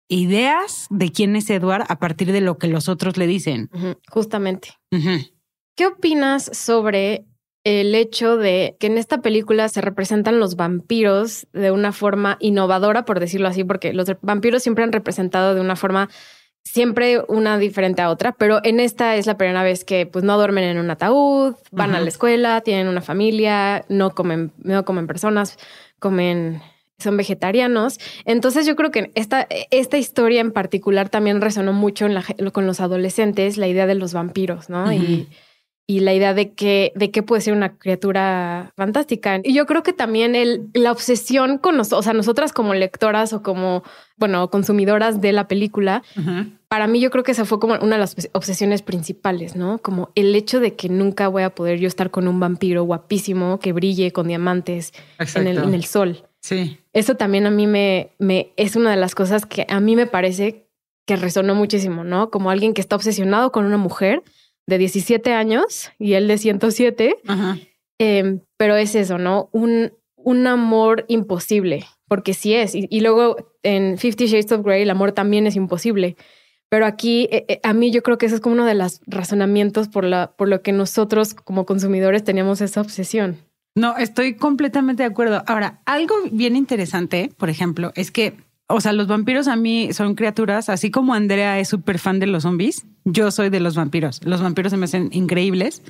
ideas de quién es Edward a partir de lo que los otros le dicen. Uh-huh, justamente. Uh-huh. ¿Qué opinas sobre el hecho de que en esta película se representan los vampiros de una forma innovadora, por decirlo así? Porque los vampiros siempre han representado de una forma, siempre una diferente a otra, pero en esta es la primera vez que pues no duermen en un ataúd, van uh-huh. a la escuela, tienen una familia, no comen, no comen personas, comen... son vegetarianos. Entonces yo creo que esta, esta historia en particular también resonó mucho en la, con los adolescentes, la idea de los vampiros, ¿no? Uh-huh. Y, y la idea de que, de que puede ser una criatura fantástica. Y yo creo que también el, la obsesión con nosotros, o sea, nosotras como lectoras o como, bueno, consumidoras de la película, uh-huh. para mí yo creo que esa fue como una de las obsesiones principales, ¿no? Como el hecho de que nunca voy a poder yo estar con un vampiro guapísimo que brille con diamantes en el, en el sol. Sí. Eso también a mí me, me es una de las cosas que a mí me parece que resonó muchísimo, ¿no? Como alguien que está obsesionado con una mujer de diecisiete años y él de ciento siete. Uh-huh. Eh, pero es eso, ¿no? Un, un amor imposible, porque sí es. Y, y luego en Fifty Shades of Grey el amor también es imposible. Pero aquí eh, a mí yo creo que eso es como uno de los razonamientos por, la, por lo que nosotros como consumidores teníamos esa obsesión. No, estoy completamente de acuerdo. Ahora, algo bien interesante, por ejemplo, es que, o sea, los vampiros a mí son criaturas, así como Andrea es súper fan de los zombies, yo soy de los vampiros. Los vampiros se me hacen increíbles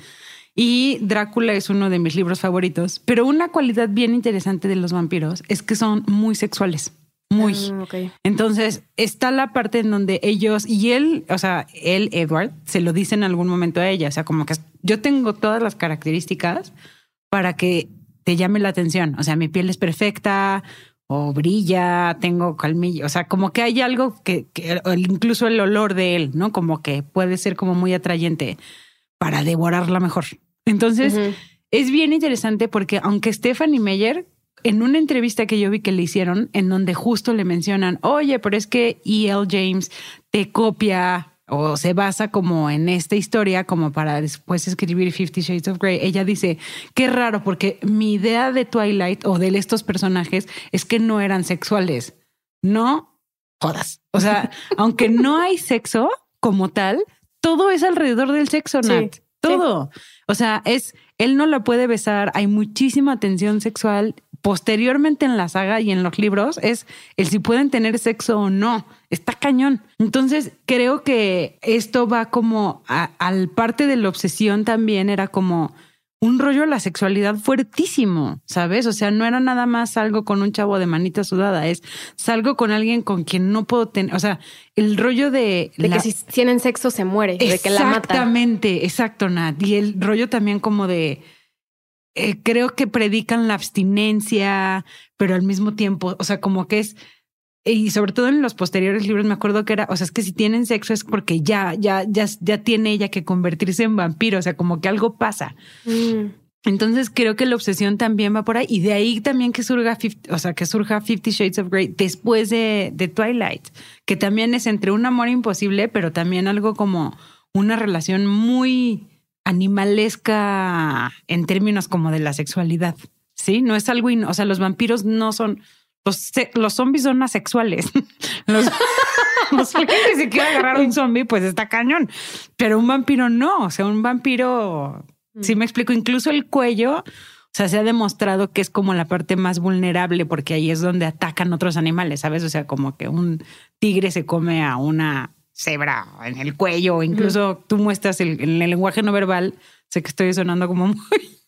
y Drácula es uno de mis libros favoritos. Pero una cualidad bien interesante de los vampiros es que son muy sexuales. Muy. Ah, okay. Entonces está la parte en donde ellos y él, o sea, él, Edward, se lo dice en algún momento a ella. O sea, como que yo tengo todas las características para que te llame la atención. O sea, mi piel es perfecta o brilla, tengo calmillo. O sea, como que hay algo que, que incluso el olor de él, ¿no? Como que puede ser como muy atrayente para devorarla mejor. Entonces, uh-huh. es bien interesante porque aunque Stephenie Meyer, en una entrevista que yo vi que le hicieron, en donde justo le mencionan, oye, pero es que E L James te copia o se basa como en esta historia como para después escribir Fifty Shades of Grey. Ella dice, qué raro, porque mi idea de Twilight o de estos personajes es que no eran sexuales. No jodas. O sea, aunque no hay sexo como tal, todo es alrededor del sexo, Nat. Sí, todo. Sí. O sea, es, él no la puede besar, hay muchísima tensión sexual. Posteriormente en la saga y en los libros es el si pueden tener sexo o no. Está cañón. Entonces creo que esto va como a, al parte de la obsesión también era como un rollo de la sexualidad fuertísimo, ¿sabes? O sea, no era nada más algo con un chavo de manita sudada, es salgo con alguien con quien no puedo tener, o sea, el rollo de... De la... que si tienen sexo se muere, de que la mata. Exactamente, exacto, Nat. Y el rollo también como de... Eh, creo que predican la abstinencia, pero al mismo tiempo, o sea, como que es, y sobre todo en los posteriores libros me acuerdo que era, o sea, es que si tienen sexo es porque ya, ya, ya, ya tiene ella que convertirse en vampiro, o sea, como que algo pasa. Mm. Entonces creo que la obsesión también va por ahí y de ahí también que surja, o sea, que surja Fifty Shades of Grey después de, de Twilight, que también es entre un amor imposible, pero también algo como una relación muy animalesca en términos como de la sexualidad, ¿sí? No es algo, in... o sea, los vampiros no son, los, los zombies son asexuales. Los, los que se quiere agarrar a un zombie, pues está cañón. Pero un vampiro no, o sea, un vampiro, mm. sí me explico, incluso el cuello, sea, se ha demostrado que es como la parte más vulnerable porque ahí es donde atacan otros animales, ¿sabes? O sea, como que un tigre se come a una cebra en el cuello, o incluso uh-huh. tú muestras el, el lenguaje no verbal. Sé que estoy sonando como muy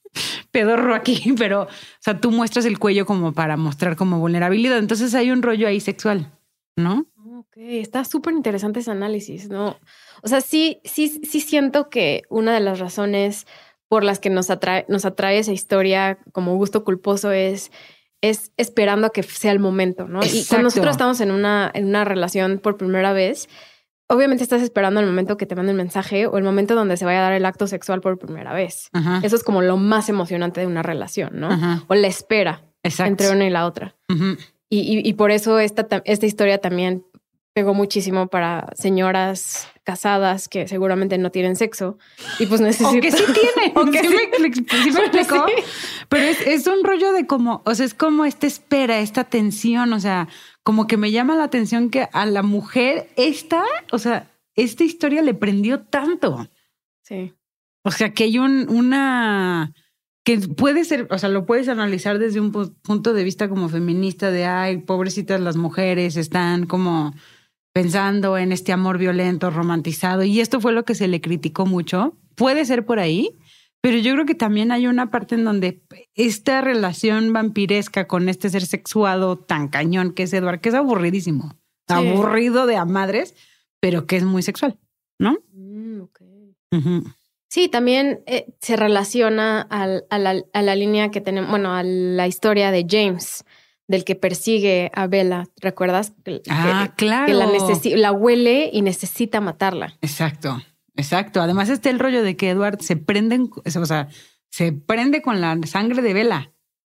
pedorro aquí, pero o sea, tú muestras el cuello como para mostrar como vulnerabilidad. Entonces hay un rollo ahí sexual, ¿no? Ok, está súper interesante ese análisis, ¿no? O sea, sí, sí, sí siento que una de las razones por las que nos atrae, nos atrae esa historia como gusto culposo es, es esperando a que sea el momento, ¿no? Exacto. Y cuando nosotros estamos en una, en una relación por primera vez, obviamente estás esperando el momento que te mande el mensaje o el momento donde se vaya a dar el acto sexual por primera vez. Ajá. Eso es como lo más emocionante de una relación, ¿no? Ajá. O la espera Exacto. entre una y la otra. Uh-huh. Y, y, y por eso esta, esta historia también pegó muchísimo para señoras casadas que seguramente no tienen sexo y pues necesitan... O que sí tienen. O que sí, sí. Me, sí me explicó. Sí. Pero es, es un rollo de como, o sea, es como esta espera, esta tensión, o sea, como que me llama la atención que a la mujer esta, o sea, esta historia le prendió tanto. Sí. O sea, que hay un, una... que puede ser, o sea, lo puedes analizar desde un punto de vista como feminista de, ay, pobrecitas las mujeres están como pensando en este amor violento, romantizado. Y esto fue lo que se le criticó mucho. Puede ser por ahí, pero yo creo que también hay una parte en donde esta relación vampiresca con este ser sexuado tan cañón que es Edward, que es aburridísimo, sí. aburrido de a madres, pero que es muy sexual, ¿no? Mm, okay. Uh-huh. Sí, también eh, se relaciona al, a, la, a la línea que tenemos, bueno, a la historia de James, del que persigue a Bella, ¿recuerdas? Ah, que, claro. Que la, necesi- la huele y necesita matarla. Exacto, exacto. Además está el rollo de que Edward se prende, en, o sea, se prende con la sangre de Bella.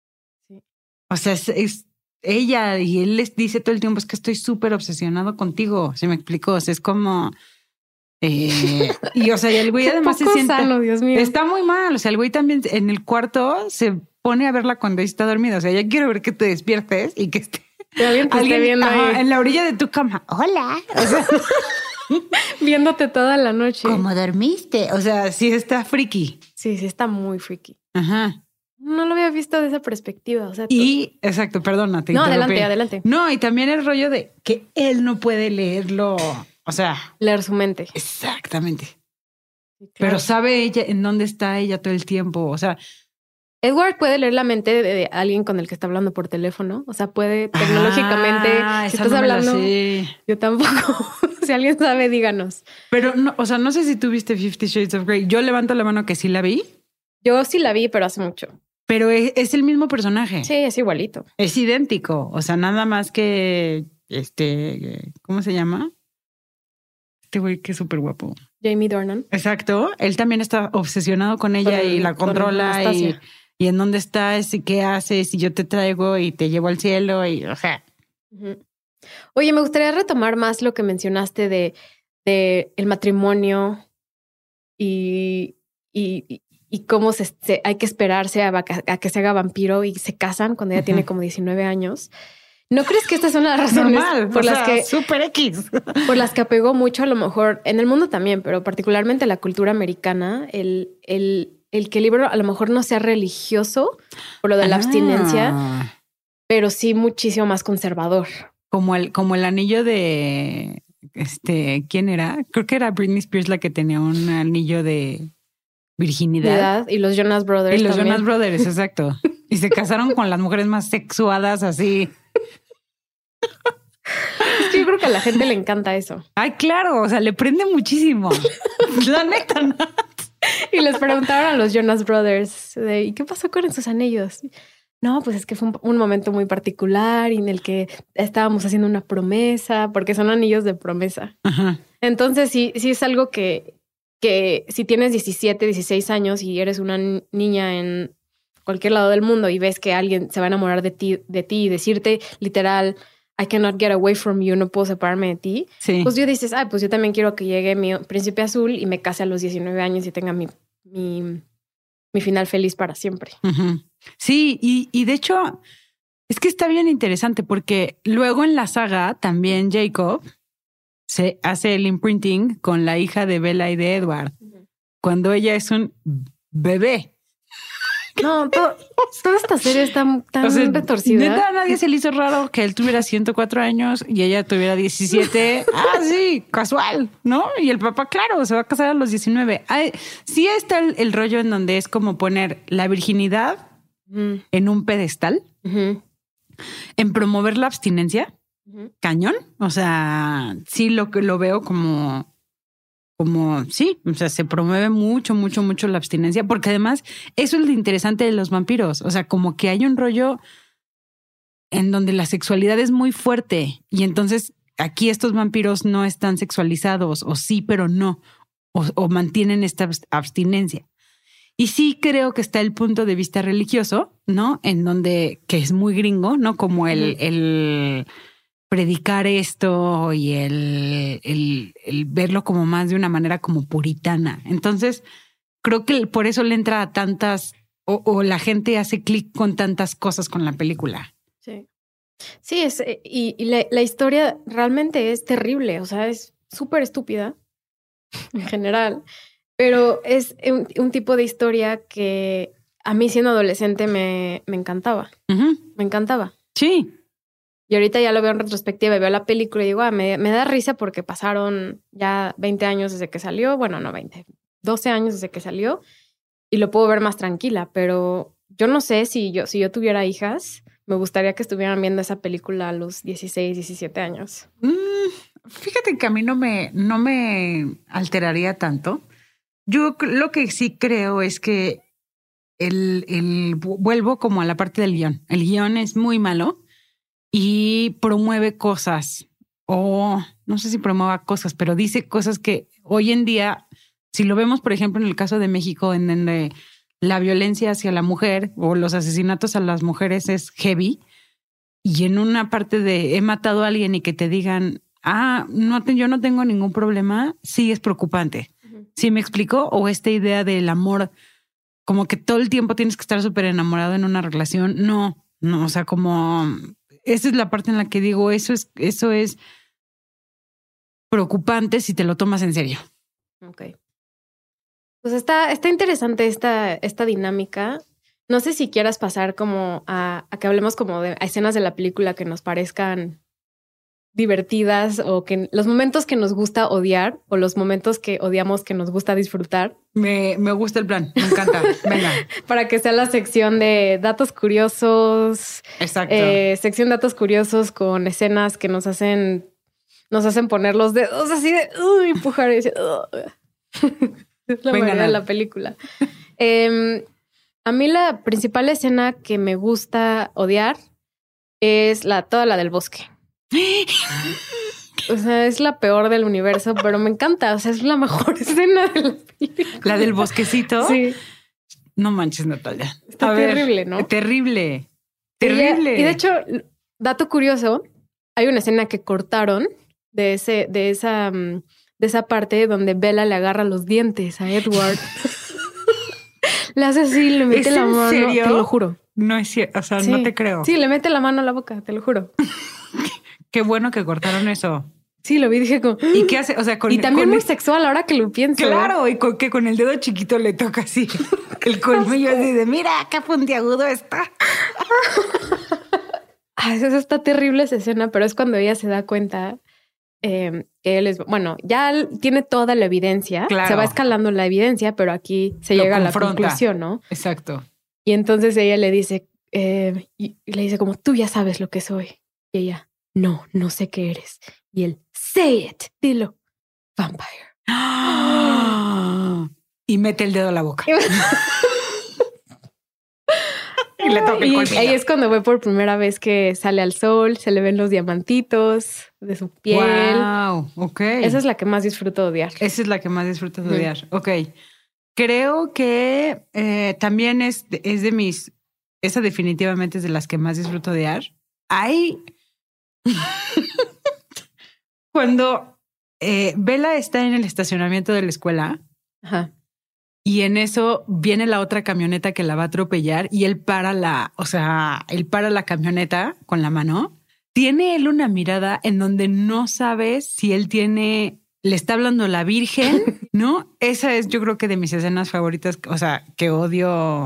Sí. O sea, es, es ella y él les dice todo el tiempo, es que estoy súper obsesionado contigo. ¿Se me explicó? O sea, es como... Eh, y o sea, y el güey además poco se siente sano, Dios mío. Está muy mal. O sea, el güey también en el cuarto se pone a verla cuando está dormida. O sea, ya quiero ver que te despiertes y que esté alguien te esté viendo ajá, ahí en la orilla de tu cama. Hola. O sea, viéndote toda la noche. ¿Cómo dormiste? O sea, sí está friki. Sí, sí está muy friki. Ajá. No lo había visto de esa perspectiva. O sea, y tú... exacto, perdona. Te no, adelante, adelante. No, y también el rollo de que él no puede leerlo. O sea, leer su mente. Exactamente. Sí, claro. Pero sabe ella en dónde está ella todo el tiempo. O sea, Edward puede leer la mente de, de alguien con el que está hablando por teléfono. O sea, puede tecnológicamente. Ah, si estás no hablando, sé. Yo tampoco. Si alguien sabe, díganos. Pero no, o sea, no sé si tú viste Fifty Shades of Grey. Yo levanto la mano que sí la vi. Yo sí la vi, pero hace mucho. Pero es, es el mismo personaje. Sí, es igualito. Es idéntico. O sea, nada más que este, ¿cómo se llama? Este güey que es súper guapo. Jamie Dornan. Exacto. Él también está obsesionado con ella con, y la controla y, y en dónde estás y qué haces y yo te traigo y te llevo al cielo y o sea. Uh-huh. Oye, me gustaría retomar más lo que mencionaste de, de el matrimonio y, y, y cómo se, se, hay que esperarse a, a que se haga vampiro y se casan cuando ella uh-huh. tiene como diecinueve años. ¿No crees que estas son las razones Normal, por las sea, que super X. por las que apegó mucho a lo mejor en el mundo también, pero particularmente la cultura americana, el, el, el que el libro a lo mejor no sea religioso por lo de la ah. abstinencia, pero sí muchísimo más conservador. Como el, como el anillo de este, ¿quién era? Creo que era Britney Spears la que tenía un anillo de virginidad. Edad, y los Jonas Brothers. Y los también. Jonas Brothers, exacto. Y se casaron con las mujeres más sexuadas así. Es que yo creo que a la gente le encanta eso. Ay, claro, o sea, le prende muchísimo. La neta, ¿no? Y les preguntaron a los Jonas Brothers de, ¿y qué pasó con esos anillos? No, pues es que fue un, un momento muy particular y en el que estábamos haciendo una promesa, porque son anillos de promesa. Ajá. Entonces sí, sí es algo que, que si tienes diecisiete, dieciséis años y eres una niña en cualquier lado del mundo y ves que alguien se va a enamorar de ti, de ti y decirte literal, I cannot get away from you, no puedo separarme de ti. Sí. Pues yo dices, ay, pues yo también quiero que llegue mi príncipe azul y me case a los diecinueve años y tenga mi, mi, mi final feliz para siempre. Uh-huh. Sí, y, y de hecho es que está bien interesante porque luego en la saga también Jacob se hace el imprinting con la hija de Bella y de Edward uh-huh. cuando ella es un bebé. No, to, toda esta serie está tan o sea, retorcida. Neta, a nadie se le hizo raro que él tuviera ciento cuatro años y ella tuviera diecisiete. Ah, sí, casual, ¿no? Y el papá, claro, se va a casar a los diecinueve. Ay, sí está el, el rollo en donde es como poner la virginidad mm. en un pedestal, uh-huh. en promover la abstinencia, uh-huh. cañón. O sea, sí lo, lo veo como... Como, sí, o sea, se promueve mucho, mucho, mucho la abstinencia, porque además eso es lo interesante de los vampiros. O sea, como que hay un rollo en donde la sexualidad es muy fuerte y entonces aquí estos vampiros no están sexualizados o sí, pero no, o, o mantienen esta abstinencia. Y sí creo que está el punto de vista religioso, ¿no? En donde, que es muy gringo, ¿no? Como el... el predicar esto y el, el, el verlo como más de una manera como puritana. Entonces, creo que por eso le entra a tantas, o, o la gente hace clic con tantas cosas con la película. Sí. Sí, es, y, y la, la historia realmente es terrible, o sea, es súper estúpida en general, pero es un, un tipo de historia que a mí siendo adolescente me, me encantaba. Uh-huh. Me encantaba. Sí. Y ahorita ya lo veo en retrospectiva y veo la película y digo, ah, me, me da risa porque pasaron ya veinte años desde que salió. Bueno, no veinte, doce años desde que salió y lo puedo ver más tranquila. Pero yo no sé si yo, si yo tuviera hijas, me gustaría que estuvieran viendo esa película a los dieciséis, diecisiete años. Mm, fíjate que a mí no me, no me alteraría tanto. Yo lo que sí creo es que el, el, vuelvo como a la parte del guión. El guión es muy malo. Y promueve cosas, o no sé si promueva cosas, pero dice cosas que hoy en día, si lo vemos, por ejemplo, en el caso de México, en donde la violencia hacia la mujer o los asesinatos a las mujeres es heavy, y en una parte de he matado a alguien y que te digan, ah, no te, yo no tengo ningún problema, sí es preocupante. Uh-huh. ¿Sí me explico? O esta idea del amor, como que todo el tiempo tienes que estar súper enamorado en una relación. No, no, o sea, como... Esa es la parte en la que digo, eso es, eso es preocupante si te lo tomas en serio. Ok. Pues está, está interesante esta, esta dinámica. No sé si quieras pasar como a, a que hablemos como de escenas de la película que nos parezcan divertidas o que los momentos que nos gusta odiar o los momentos que odiamos que nos gusta disfrutar. Me, me gusta el plan, me encanta. Venga. Para que sea la sección de datos curiosos. Exacto. Eh, sección datos curiosos con escenas que nos hacen, nos hacen poner los dedos así de uh, empujar y decir, uh. Es la mayoría de la película. eh, a mí la principal escena que me gusta odiar es la toda la del bosque. O sea, es la peor del universo, pero me encanta. O sea, es la mejor escena de la película. ¿La del bosquecito? Sí. No manches, Natalia. Está A terrible, ver, ¿no? Terrible. Terrible. Y, y de hecho, dato curioso, hay una escena que cortaron de ese, de esa, de esa parte donde Bella le agarra los dientes a Edward. Le hace así, le mete la mano. ¿Serio? Te lo juro. No es cierto, o sea, sí. no te creo. Sí, le mete la mano a la boca, te lo juro. Qué bueno que cortaron eso. Sí, lo vi, dije como... ¿Y qué hace? O sea, con Y también con muy el... sexual ahora que lo pienso. Claro, y con, que con el dedo chiquito le toca así. El colmillo así de, mira, qué puntiagudo está. Ay, eso está terrible esa escena, pero es cuando ella se da cuenta eh, que él es... Bueno, ya tiene toda la evidencia. Claro. Se va escalando la evidencia, pero aquí se lo llega confronta. A la conclusión, ¿no? Exacto. Y entonces ella le dice... Eh, y le dice como, tú ya sabes lo que soy. Y ella, no, no sé qué eres. Y él, say it, dilo. Vampire. Y mete el dedo a la boca. Y le toca el colmillo. Y ahí es cuando ve por primera vez que sale al sol, se le ven los diamantitos de su piel. Wow, ok. Esa es la que más disfruto de odiar. Esa es la que más disfruto de odiar. Mm. Ok. Creo que eh, también es, es de mis... Esa definitivamente es de las que más disfruto de odiar. Hay... Cuando eh, Bella está en el estacionamiento de la escuela. Ajá. Y en eso viene la otra camioneta que la va a atropellar y él para la, o sea, él para la camioneta con la mano. Tiene él una mirada en donde no sabes si él tiene, le está hablando la Virgen, ¿no? Esa es, yo creo que de mis escenas favoritas, o sea, que odio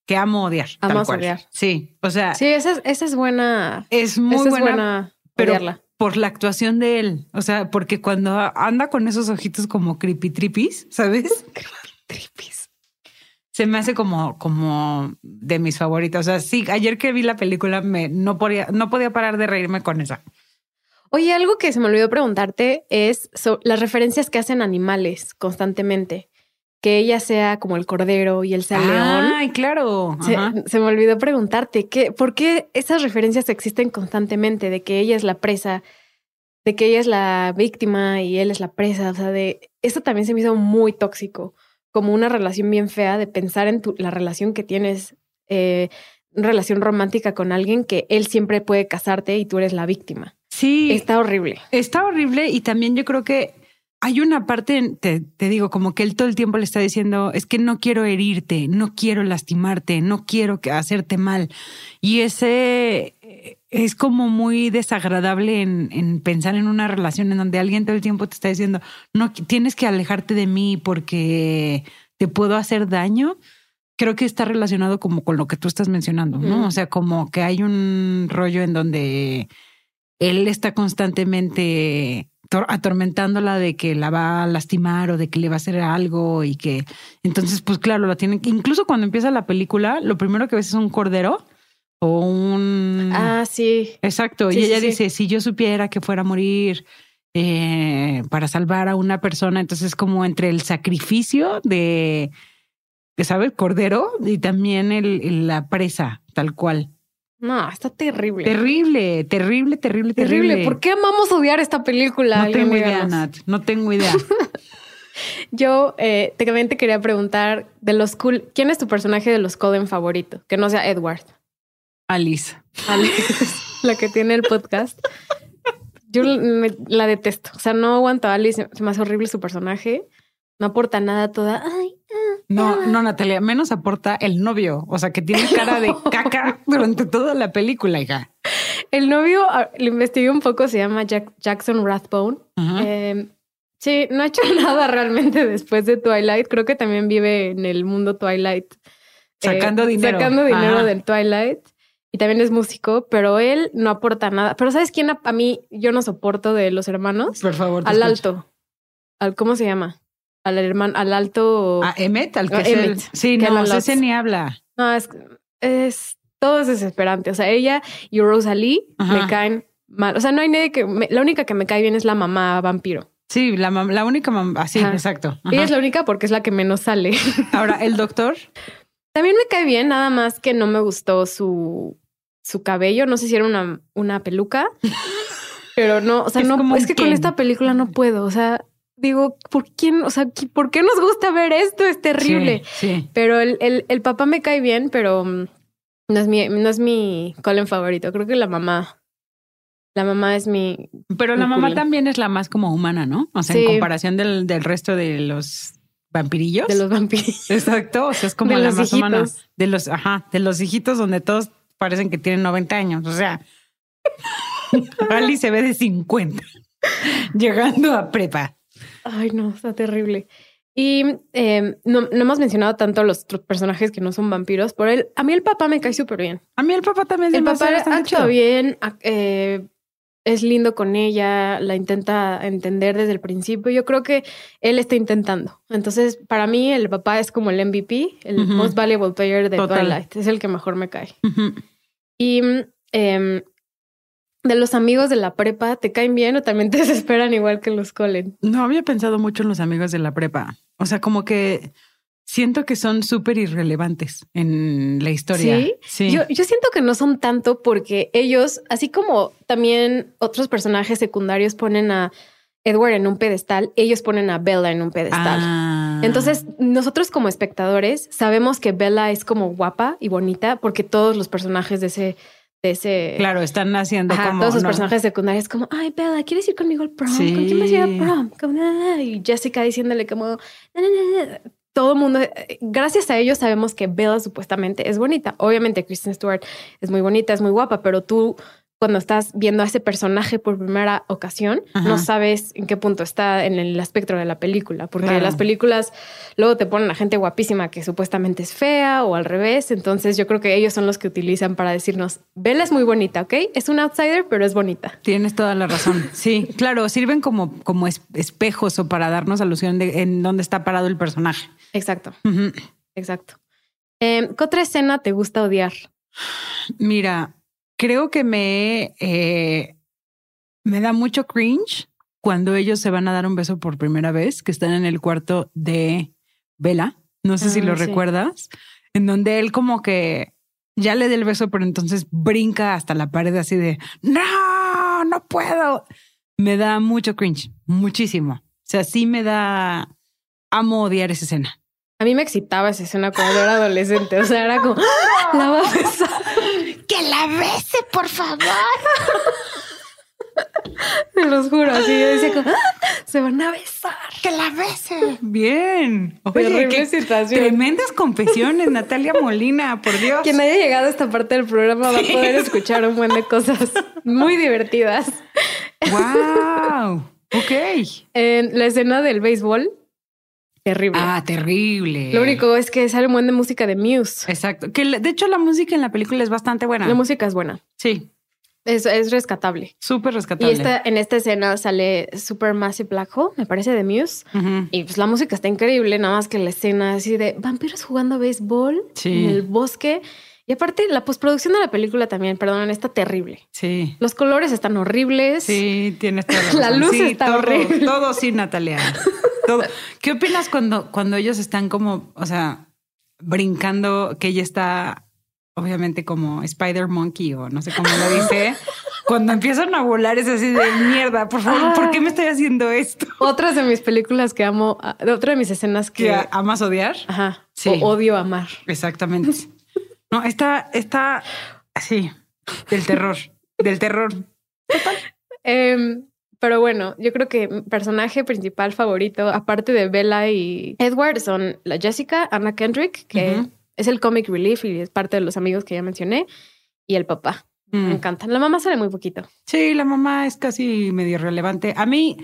que amo odiar. Amo tal cual. odiar. Sí, o sea. Sí, esa es, esa es buena. Es muy esa buena, es buena pero odiarla. Por la actuación de él. O sea, porque cuando anda con esos ojitos como creepy trippies, ¿sabes? Creepy trippies. Se me hace como, como de mis favoritas. O sea, sí, ayer que vi la película me no podía, no podía parar de reírme con esa. Oye, algo que se me olvidó preguntarte es so, las referencias que hacen animales constantemente. Que ella sea como el cordero y él sea el león. Ay, claro. Se, se me olvidó preguntarte, ¿qué, ¿por qué esas referencias existen constantemente? De que ella es la presa, de que ella es la víctima y él es la presa. O sea, de eso también se me hizo muy tóxico. Como una relación bien fea de pensar en tu, la relación que tienes, eh, una relación romántica con alguien que él siempre puede casarte y tú eres la víctima. Sí. Está horrible. Está horrible y también yo creo que hay una parte, te, te digo, como que él todo el tiempo le está diciendo, es que no quiero herirte, no quiero lastimarte, no quiero hacerte mal. Y ese es como muy desagradable en, en pensar en una relación en donde alguien todo el tiempo te está diciendo, no, tienes que alejarte de mí porque te puedo hacer daño. Creo que está relacionado como con lo que tú estás mencionando, ¿no? Mm. O sea, como que hay un rollo en donde él está constantemente atormentándola de que la va a lastimar o de que le va a hacer algo y que entonces pues claro, la tienen, incluso cuando empieza la película lo primero que ves es un cordero o un... Ah, sí. Exacto, sí, y ella sí, dice, sí. si yo supiera que fuera a morir eh, para salvar a una persona, entonces como entre el sacrificio de, ¿sabes? Cordero y también el, el, la presa, tal cual. No, está terrible. Terrible, terrible, terrible, terrible. Terrible. ¿Por qué amamos odiar esta película? No tengo idea, Nat. No tengo idea. Yo eh, también te quería preguntar de los cool. ¿Quién es tu personaje de los Cullen favorito? Que no sea Edward. Alice. Alice, la que tiene el podcast. Yo me, la detesto. O sea, no aguanto a Alice. Se me hace horrible su personaje. No aporta nada toda. Ay, ah, no, ah. no, Natalia, menos aporta el novio. O sea, que tiene cara de caca durante toda la película, hija. El novio, lo investigué un poco, se llama Jack, Jackson Rathbone. Uh-huh. Eh, sí, no ha hecho nada realmente después de Twilight. Creo que también vive en el mundo Twilight. Sacando eh, dinero. Sacando dinero Ajá. del Twilight. Y también es músico, pero él no aporta nada. Pero ¿sabes quién a, a mí yo no soporto de los hermanos? Por favor. Al escucho. alto. Al, ¿cómo se llama? Al hermano, al alto. A Emmett, al que no, es Emmett, el... Sí, que no, ese ni habla. No, es, es todo es desesperante. O sea, ella y Rosalie Ajá. me caen mal. O sea, no hay nadie que... Me, la única que me cae bien es la mamá vampiro. Sí, la, la única mamá... Ah, sí, Ajá. exacto. Ajá. Ella es la única porque es la que menos sale. Ahora, ¿el doctor? También me cae bien, nada más que no me gustó su, su cabello. No sé si era una, una peluca. Pero no, o sea, es no... Es que Ken. Con esta película no puedo. O sea... Digo, ¿por quién? O sea, ¿por qué nos gusta ver esto? Es terrible. Sí, sí. Pero el, el, el papá me cae bien, pero um, no es mi, no es mi Cullen favorito. Creo que la mamá. La mamá es mi. Pero mi la mamá Cullen. también es la más como humana, ¿no? O sea, sí. en comparación del, del resto de los vampirillos. De los vampirillos. Exacto. O sea, es como de la los más hijitos. humana. De los, ajá, de los hijitos donde todos parecen que tienen noventa años. O sea, Ali se ve de cincuenta. Llegando a prepa. Ay, no, está terrible. Y eh, no, no hemos mencionado tanto los personajes que no son vampiros. Por él, a mí el papá me cae súper bien. A mí el papá también se el me papá hace bastante actúa chido. bien, eh, es lindo con ella, la intenta entender desde el principio. Yo creo que él está intentando. Entonces, para mí, el papá es como el M V P, el uh-huh. Most Valuable Player de Total. Twilight. Es el que mejor me cae. Uh-huh. Y eh, de los amigos de la prepa, ¿te caen bien o también te desesperan igual que los Cullen? No había pensado mucho en los amigos de la prepa. O sea, como que siento que son súper irrelevantes en la historia. ¿Sí? Sí. Yo, yo siento que no son tanto porque ellos, así como también otros personajes secundarios ponen a Edward en un pedestal, ellos ponen a Bella en un pedestal. Ah. Entonces, nosotros como espectadores sabemos que Bella es como guapa y bonita porque todos los personajes de ese... Ese, claro, están haciendo ajá, como todos sus no. personajes secundarios como, ay, Bella, ¿quieres ir conmigo al prom? Sí. ¿Con quién vas a ir al prom? Como, ah, y Jessica diciéndole como, nah, nah, nah. Todo el mundo, gracias a ellos sabemos que Bella supuestamente es bonita. Obviamente Kristen Stewart es muy bonita, es muy guapa, pero tú cuando estás viendo a ese personaje por primera ocasión, Ajá. no sabes en qué punto está en el espectro de la película, porque claro. las películas luego te ponen a gente guapísima que supuestamente es fea o al revés. Entonces yo creo que ellos son los que utilizan para decirnos, Bella es muy bonita, ¿ok? Es un outsider, pero es bonita. Tienes toda la razón. Sí, claro, sirven como, como espejos o para darnos alusión de en dónde está parado el personaje. Exacto, uh-huh. exacto. Eh, ¿Qué otra escena te gusta odiar? Mira... Creo que me, eh, me da mucho cringe cuando ellos se van a dar un beso por primera vez, que están en el cuarto de Bella. No sé ah, si lo sí. recuerdas, en donde él como que ya le da el beso, pero entonces brinca hasta la pared así de no, no puedo. Me da mucho cringe, muchísimo. O sea, sí me da, amo odiar esa escena. A mí me excitaba esa escena cuando era adolescente. O sea, era como, la va a besar. ¡Que la bese, por favor! Te los juro. Así yo decía como, se van a besar. ¡Que la bese! Bien. Oye, qué situación. Tremendas confesiones, Natalia Molina, por Dios. Quien haya llegado a esta parte del programa sí. va a poder escuchar un buen de cosas muy divertidas. ¡Wow! Ok. En la escena del béisbol, terrible. Ah, terrible. Lo único es que sale un buen de música de Muse. Exacto. Que de hecho la música en la película es bastante buena. La música es buena. Sí. Es, es rescatable. Súper rescatable. Y esta, en esta escena sale Supermassive Black Hole, me parece, de Muse. Uh-huh. Y pues la música está increíble, nada más que la escena así de vampiros jugando béisbol sí. en el bosque. Y aparte, la postproducción de la película también, perdón, está terrible. Sí. Los colores están horribles. Sí, tienes toda la razón. La luz sí, está todo, horrible. Todo sí, Natalia. Todo. ¿Qué opinas cuando, cuando ellos están como, o sea, brincando, que ella está obviamente como Spider Monkey o no sé cómo lo dice? Cuando empiezan a volar es así de mierda. Por favor, ah, ¿por qué me estoy haciendo esto? Otras de mis películas que amo, otra de mis escenas que... ¿Que amas odiar? Ajá. Sí. O odio amar. Exactamente. No, está, está, sí, del terror, del terror. Total. Eh, pero bueno, yo creo que mi personaje principal favorito, aparte de Bella y Edward, son la Jessica, Anna Kendrick, que uh-huh. es el comic relief y es parte de los amigos que ya mencioné, y el papá. Mm. Me encantan. La mamá sale muy poquito. Sí, la mamá es casi medio relevante. A mí,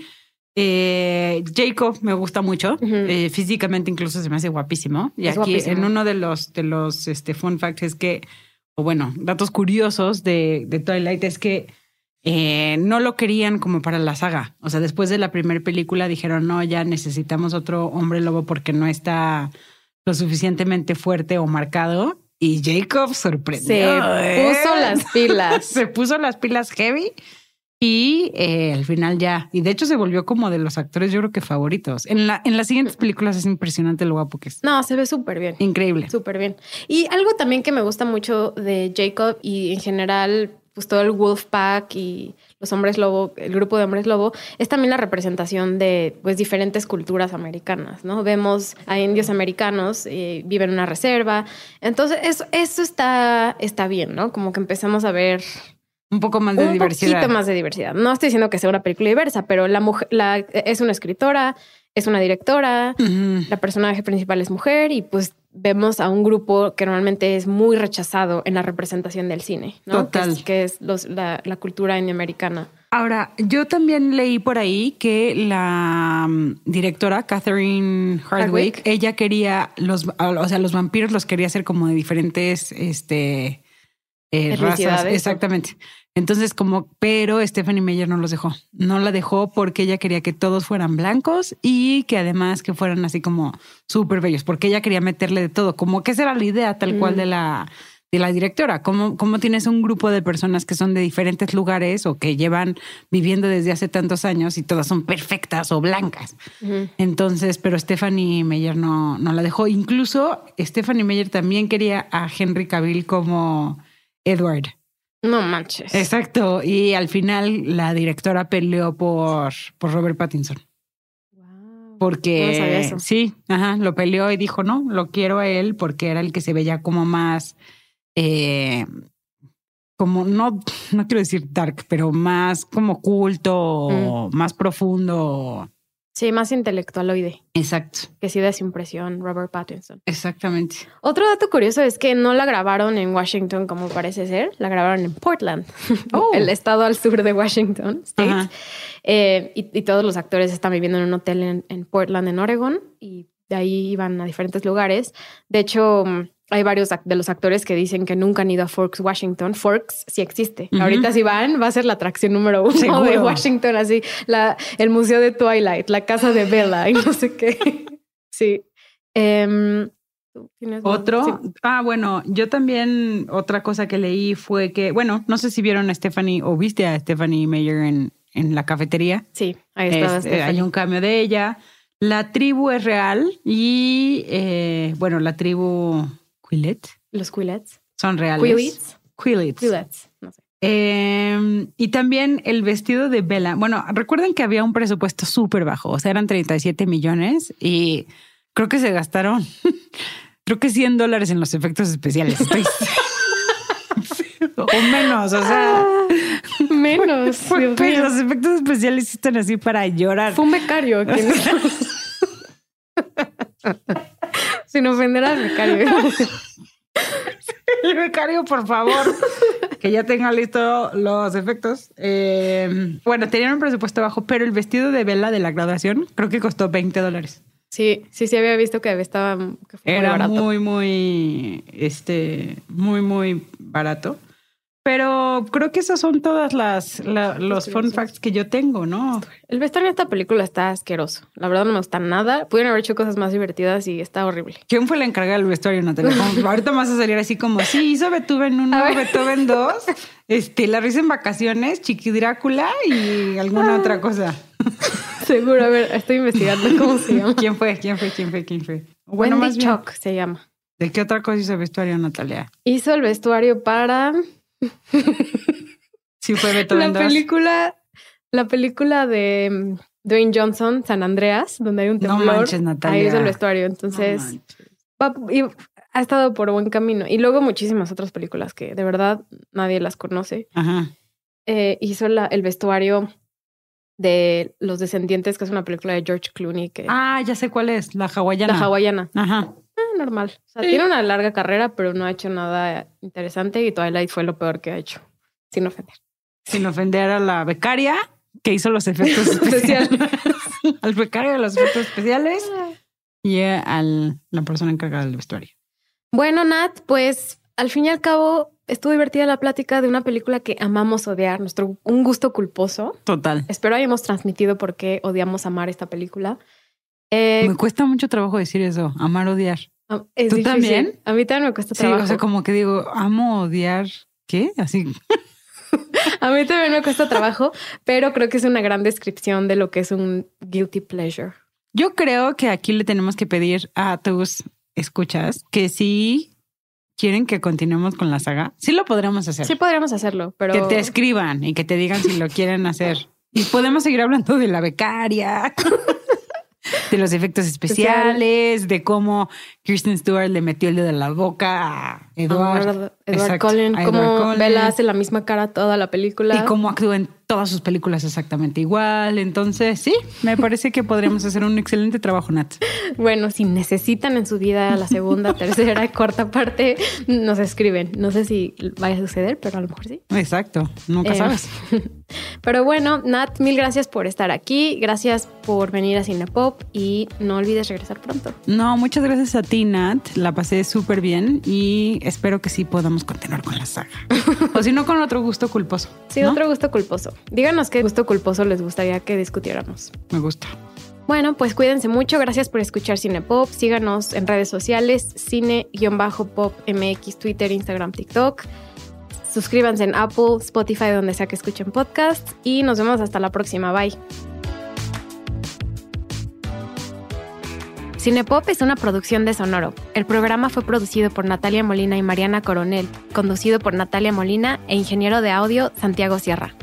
eh, Jacob me gusta mucho. Uh-huh. Eh, físicamente incluso se me hace guapísimo. Y es aquí guapísimo. En uno de los, de los este, fun facts es que, o bueno, datos curiosos de, de Twilight es que eh, no lo querían como para la saga. O sea, después de la primera película dijeron, no, ya necesitamos otro hombre lobo porque no está lo suficientemente fuerte o marcado. Y Jacob sorprendió. Se ¿eh? puso las pilas. Se puso las pilas heavy. Y eh, al final ya, y de hecho se volvió como de los actores yo creo que favoritos. En, la, en las siguientes películas es impresionante lo guapo que es. No, se ve súper bien. Increíble. Súper bien. Y algo también que me gusta mucho de Jacob y en general pues todo el Wolfpack y los hombres lobo, el grupo de hombres lobo, es también la representación de pues diferentes culturas americanas, ¿no? Vemos a indios americanos, eh, viven en una reserva. Entonces eso, eso está, está bien, ¿no? Como que empezamos a ver... Un poco más de un diversidad. Un poquito más de diversidad. No estoy diciendo que sea una película diversa, pero la mujer la, es una escritora, es una directora, uh-huh. la personaje principal es mujer y pues vemos a un grupo que normalmente es muy rechazado en la representación del cine, ¿no? Total. Que es, que es los, la, la cultura indioamericana. Ahora, yo también leí por ahí que la um, directora Catherine Hardwicke, Hardwick, ella quería los, o sea, los vampiros los quería hacer como de diferentes, este, eh, razas. Exactamente. Entonces, como, pero Stephanie Meyer no los dejó. No la dejó porque ella quería que todos fueran blancos y que además que fueran así como súper bellos, porque ella quería meterle de todo. Como que esa era la idea tal mm. cual de la, de la directora. Como, como tienes un grupo de personas que son de diferentes lugares o que llevan viviendo desde hace tantos años y todas son perfectas o blancas. Mm. Entonces, pero Stephanie Meyer no, no la dejó. Incluso Stephanie Meyer también quería a Henry Cavill como Edward. No manches. Exacto. Y al final la directora peleó por, por Robert Pattinson. Wow. Porque no sabía eso. Sí, ajá, lo peleó y dijo, no, lo quiero a él porque era el que se veía como más, eh, como no, no quiero decir dark, pero más como culto, mm. más profundo. Sí, más intelectualoide. Exacto. Que sí da esa impresión, Robert Pattinson. Exactamente. Otro dato curioso es que no la grabaron en Washington como parece ser, la grabaron en Portland, oh. el estado al sur de Washington State. Eh, y, y todos los actores están viviendo en un hotel en, en Portland, en Oregon, y de ahí iban a diferentes lugares. De hecho, hay varios de los actores que dicen que nunca han ido a Forks, Washington. Forks sí existe. Uh-huh. Ahorita si van, va a ser la atracción número uno ¿Seguro? de Washington, así, la, el museo de Twilight, la casa de Bella y no sé qué. Sí. Um, Otro. Sí. Ah, bueno, yo también otra cosa que leí fue que, bueno, no sé si vieron a Stephanie o viste a Stephanie Meyer en, en la cafetería. Sí, ahí estaba es, eh, hay un cambio de ella. La tribu es real y, eh, bueno, la tribu Quileute. Los Quileutes. Son reales. Quileutes. Quileutes. Quileutes, no sé. Eh, y también el vestido de Bella. Bueno, recuerden que había un presupuesto súper bajo, o sea, eran treinta y siete millones y creo que se gastaron, creo que cien dólares en los efectos especiales. Estoy... o menos, o sea... Ah, menos. Pues, pues, los efectos especiales están así para llorar. Fue un becario. Quien... Sin ofender al becario. El becario, por favor, que ya tenga listo los efectos. Eh, bueno, tenían un presupuesto bajo, pero el vestido de Bella de la graduación creo que costó veinte dólares. Sí, sí, sí había visto que estaba que fue Era muy barato. muy, muy, este, muy, muy barato. Pero creo que esos son todas las la, los fun facts que yo tengo, ¿no? El vestuario de esta película está asqueroso. La verdad no me gusta nada. Pudieron haber hecho cosas más divertidas y está horrible. ¿Quién fue la encargada del vestuario, Natalia? Como, ahorita vas a salir así como, sí, hizo Beethoven uno, Beethoven dos, este, La risa en vacaciones, Chiqui Drácula y alguna ah. otra cosa. Seguro, a ver, estoy investigando cómo se llama. ¿Quién fue? ¿Quién fue? ¿Quién fue? ¿Quién fue? Bueno, Wendy Chock se llama. ¿De qué otra cosa hizo el vestuario, Natalia? Hizo el vestuario para... Sí, fue Beethoven la película, la película de Dwayne Johnson, San Andreas, donde hay un temblor. No manches, Natalia. Ahí es el vestuario. Entonces, no va, y ha estado por buen camino. Y luego muchísimas otras películas que de verdad nadie las conoce. Ajá. Eh, hizo la, el vestuario de Los Descendientes, que es una película de George Clooney. Que, ah, ya sé cuál es, la hawaiana. La hawaiana. Ajá. Ah, normal. O sea, sí. Tiene una larga carrera, pero no ha hecho nada interesante y Twilight fue lo peor que ha hecho. Sin ofender. Sin ofender a la becaria que hizo los efectos especiales. Al becario de los efectos especiales y a la persona encargada del vestuario. Bueno, Nat, pues al fin y al cabo estuvo divertida la plática de una película que amamos odiar, nuestro un gusto culposo. Total. Espero hayamos transmitido por qué odiamos amar esta película. Eh, me cuesta mucho trabajo decir eso, amar, odiar. Es ¿Tú difícil. también? A mí también me cuesta trabajo. Sí, o sea, como que digo, amo, odiar, ¿qué? Así... A mí también me cuesta trabajo, pero creo que es una gran descripción de lo que es un guilty pleasure. Yo creo que aquí le tenemos que pedir a tus escuchas que si quieren que continuemos con la saga, sí lo podremos hacer. Sí podríamos hacerlo, pero... Que te escriban y que te digan si lo quieren hacer. Y podemos seguir hablando de la becaria, de los efectos especiales, Especial. de cómo Kristen Stewart le metió el dedo en la boca a Edward. Edward, Edward Cullen, cómo Bella hace la misma cara toda la película. Y cómo actúa en todas sus películas exactamente igual. Entonces, sí, me parece que podríamos hacer un excelente trabajo, Nat. Bueno, si necesitan en su vida la segunda, tercera y cuarta parte, nos escriben. No sé si vaya a suceder, pero a lo mejor sí. Exacto, nunca eh, sabes. Pero bueno, Nat, mil gracias por estar aquí. Gracias por venir a Cinepop y no olvides regresar pronto. No, muchas gracias a ti, Nat. La pasé súper bien y espero que sí podamos continuar con la saga. O si no, con otro gusto culposo. Sí, ¿no? Otro gusto culposo. Díganos qué gusto culposo les gustaría que discutiéramos. Me gusta. Bueno, pues cuídense mucho. Gracias por escuchar Cinepop. Síganos en redes sociales, cine-pop M X, Twitter, Instagram, TikTok. Suscríbanse en Apple, Spotify, donde sea que escuchen podcasts. Y nos vemos hasta la próxima. Bye. Cinepop es una producción de Sonoro. El programa fue producido por Natalia Molina y Mariana Coronel, conducido por Natalia Molina e ingeniero de audio Santiago Sierra.